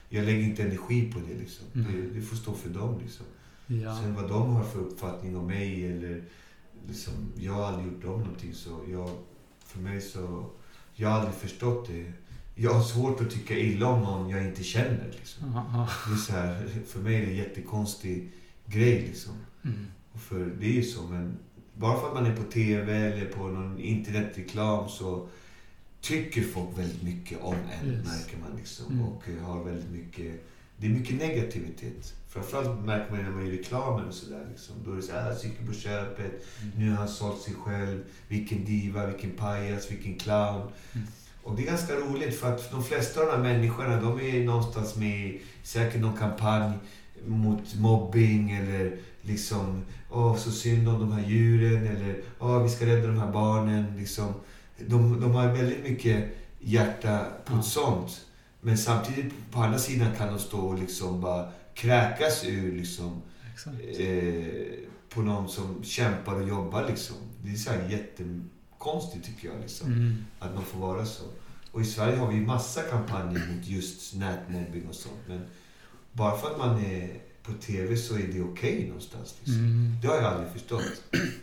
S2: jag lägger inte energi på det liksom.
S1: Mm.
S2: Det, det får stå för dem liksom.
S1: Ja.
S2: Sen vad de har för uppfattning om mig eller liksom, jag har aldrig gjort dem någonting så jag, för mig så, jag har aldrig förstått det. Jag har svårt att tycka illa om någon jag inte känner liksom.
S1: Aha.
S2: Det är så här, för mig är det en jättekonstig grej liksom.
S1: Mm.
S2: Och för det är ju så, men bara för att man är på tv eller på någon internetreklam så tycker folk väldigt mycket om en, yes. märker man liksom. Mm. Och har väldigt mycket, det är mycket negativitet. Framförallt märker man när man är i reklamen och sådär liksom. Då är det så här, cykel på köpet, mm. nu har han sålt sig själv, vilken diva, vilken pajas, vilken clown. Mm. Och det är ganska roligt för att de flesta av de här människorna, de är någonstans med säkert någon kampanj mot mobbing eller liksom, åh så synd om de här djuren eller åh vi ska rädda de här barnen liksom. De, de har väldigt mycket hjärta på ett sånt. Men samtidigt på andra sidan kan de stå och liksom bara kräkas ur liksom, eh, på någon som kämpar och jobbar liksom. Det är så här jättekonstigt tycker jag liksom, mm. att man får vara så. Och i Sverige har vi massa kampanjer mot just nätmobbing och sånt. Men bara för att man är på tv så är det okej okay någonstans liksom. Mm. Det har jag aldrig förstått.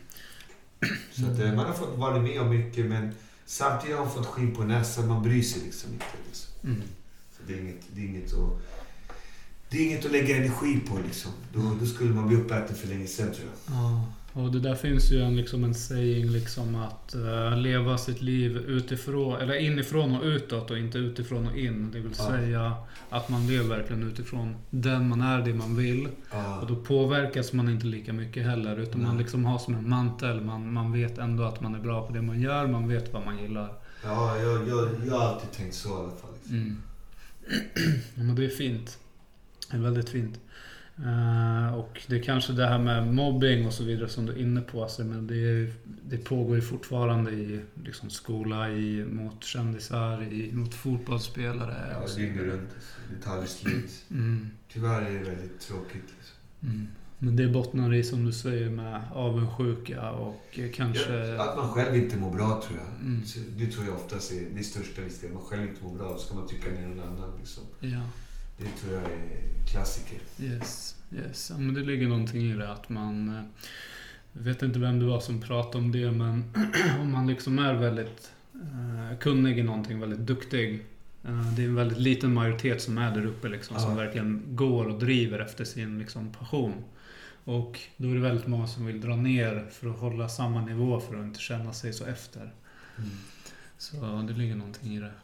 S2: Så att man har fått vara med om mycket, men samtidigt har man fått skinn på näsan, man bryr sig liksom inte liksom. Mm. Så det är inget, det är inget att det är inget att lägga energi på liksom. Då, då skulle man bli uppäten för länge sedan tror jag.
S1: Ja, och det där finns ju en, liksom en saying liksom att uh, leva sitt liv utifrån, eller inifrån och utåt och inte utifrån och in. Det vill ja. säga att man lever verkligen utifrån den man är, det man vill. Ja. Och då påverkas man inte lika mycket heller, utan Nej. man liksom har som en mantel. Man, man vet ändå att man är bra på det man gör, man vet vad man gillar.
S2: Ja, jag, jag, jag har alltid tänkt så i alla fall. Liksom. Mm.
S1: Ja, men det är fint. Det är väldigt fint. Uh, och det är kanske det här med mobbing och så vidare som du är inne på, alltså, men det, är, det pågår ju fortfarande i liksom, skola, i, mot kändisar, i, mot fotbollsspelare.
S2: Ja, det går runt. Det tar det slut. Mm. Tyvärr är det väldigt tråkigt. Liksom.
S1: Mm. Men det bottnar i, som du säger, med avundsjuka och kanske...
S2: Ja, att man själv inte mår bra tror jag. Mm. Det tror jag oftast är det största risken. Man själv inte mår bra, så ska man tycka ner någon annan. Liksom.
S1: Ja.
S2: Det tror jag är klassiker.
S1: Yes, yes. Ja, men det ligger någonting i det att man... Jag vet inte vem det var som pratade om det, men om man liksom är väldigt eh, kunnig i någonting, väldigt duktig. Eh, det är en väldigt liten majoritet som är där uppe liksom, ja. som verkligen går och driver efter sin liksom, passion. Och då är det väldigt många som vill dra ner för att hålla samma nivå för att inte känna sig så efter. Mm. Så det ligger någonting i det.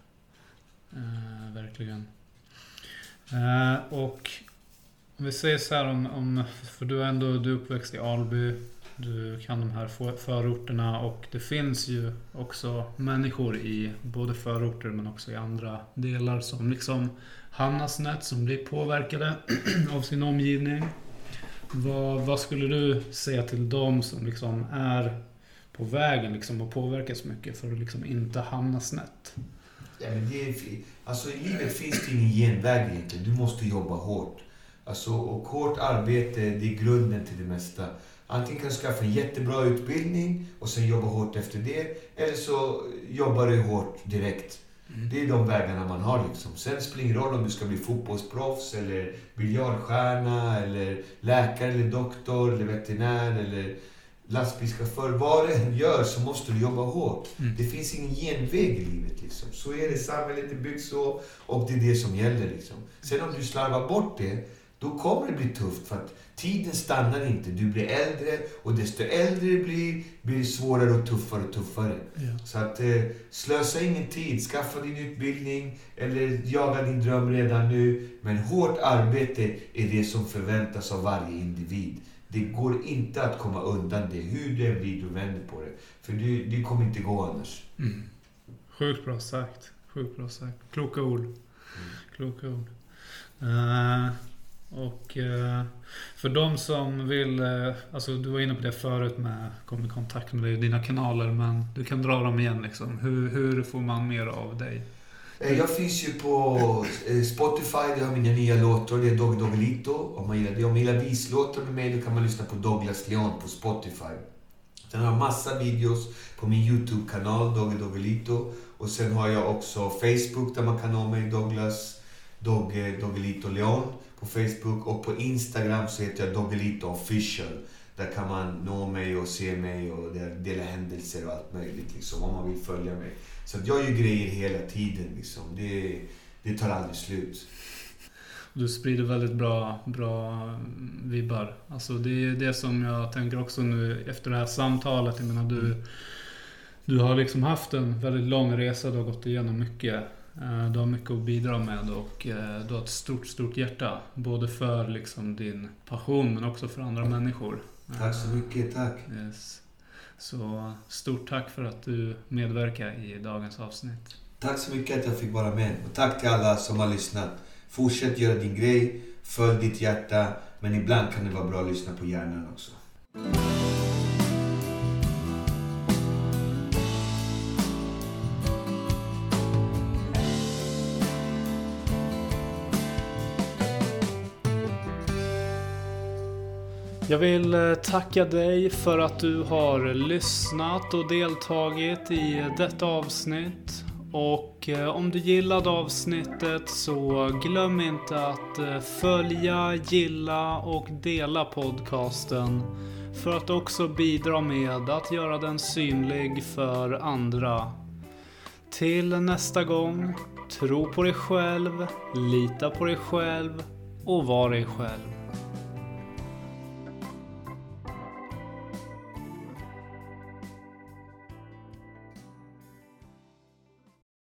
S1: Eh, verkligen. Uh, och om vi säger så här om, om för du är ändå du är uppväxt i Alby, du kan de här förorterna och det finns ju också människor i både förorter men också i andra delar som liksom hamnar snett, som blir påverkade av sin omgivning. Vad, vad skulle du säga till dem som liksom är på vägen liksom och påverkas mycket för att liksom inte hamna snett?
S2: Ja, men det är, alltså i livet finns det ingen genväg egentligen. Du måste jobba hårt. Alltså, och hårt arbete, det är grunden till det mesta. Antingen kan du skaffa en jättebra utbildning och sen jobba hårt efter det. Eller så jobbar du hårt direkt. Mm. Det är de vägarna man har liksom. Sen spelar det ingen roll om du ska bli fotbollsproffs eller biljardstjärna eller läkare eller doktor eller veterinär eller lastbilschaufför. Vad du än gör så måste du jobba hårt. Mm. Det finns ingen genväg i livet liksom. Så är det, samhället är byggt så och det är det som gäller liksom. Sen om du slarvar bort det, då kommer det bli tufft för att tiden stannar inte. Du blir äldre och desto äldre det blir, blir det svårare och tuffare och tuffare. Ja. Så att eh, slösa ingen tid, skaffa din utbildning eller jaga din dröm redan nu. Men hårt arbete är det som förväntas av varje individ. Det går inte att komma undan det, hur du än vrider och vänder på det. För det, det kommer inte gå annars.
S1: Mm. Sjukt bra sagt. Sjukt bra sagt. Kloka ord. Mm. Kloka ord. Uh, och uh, för de som vill, uh, alltså du var inne på det förut med att komma i kontakt med dig, dina kanaler, men du kan dra dem igen liksom. Hur, hur får man mer av dig?
S2: Jag finns ju på Spotify, där har mina nya låtar, det är Doggy Doggelito. Om man gillar det, om man gillar vislåtar med mig, då kan man lyssna på Douglas Leon på Spotify. Sen har jag massa videos på min YouTube-kanal, Doggy Doggelito. Och sen har jag också Facebook där man kan nå mig, Douglas Dogge, Doggelito Leon på Facebook. Och på Instagram så heter jag Doggelito Official. Där kan man nå mig och se mig och dela händelser och allt möjligt liksom, om man vill följa mig. Så att jag gör grejer hela tiden liksom. Det, det tar aldrig slut.
S1: Du sprider väldigt bra, bra vibbar. Alltså det är det som jag tänker också nu efter det här samtalet. Jag menar, du, du har liksom haft en väldigt lång resa. Du har gått igenom mycket. Du har mycket att bidra med och du har ett stort, stort hjärta. Både för liksom din passion men också för andra människor.
S2: Tack så mycket, tack.
S1: Yes. Så stort tack för att du medverkar i dagens avsnitt.
S2: Tack så mycket att jag fick vara med. Och tack till alla som har lyssnat. Fortsätt göra din grej, följ ditt hjärta, men ibland kan det vara bra att lyssna på hjärnan också.
S1: Jag vill tacka dig för att du har lyssnat och deltagit i detta avsnitt. Och om du gillade avsnittet så glöm inte att följa, gilla och dela podcasten för att också bidra med att göra den synlig för andra. Till nästa gång, tro på dig själv, lita på dig själv och var dig själv.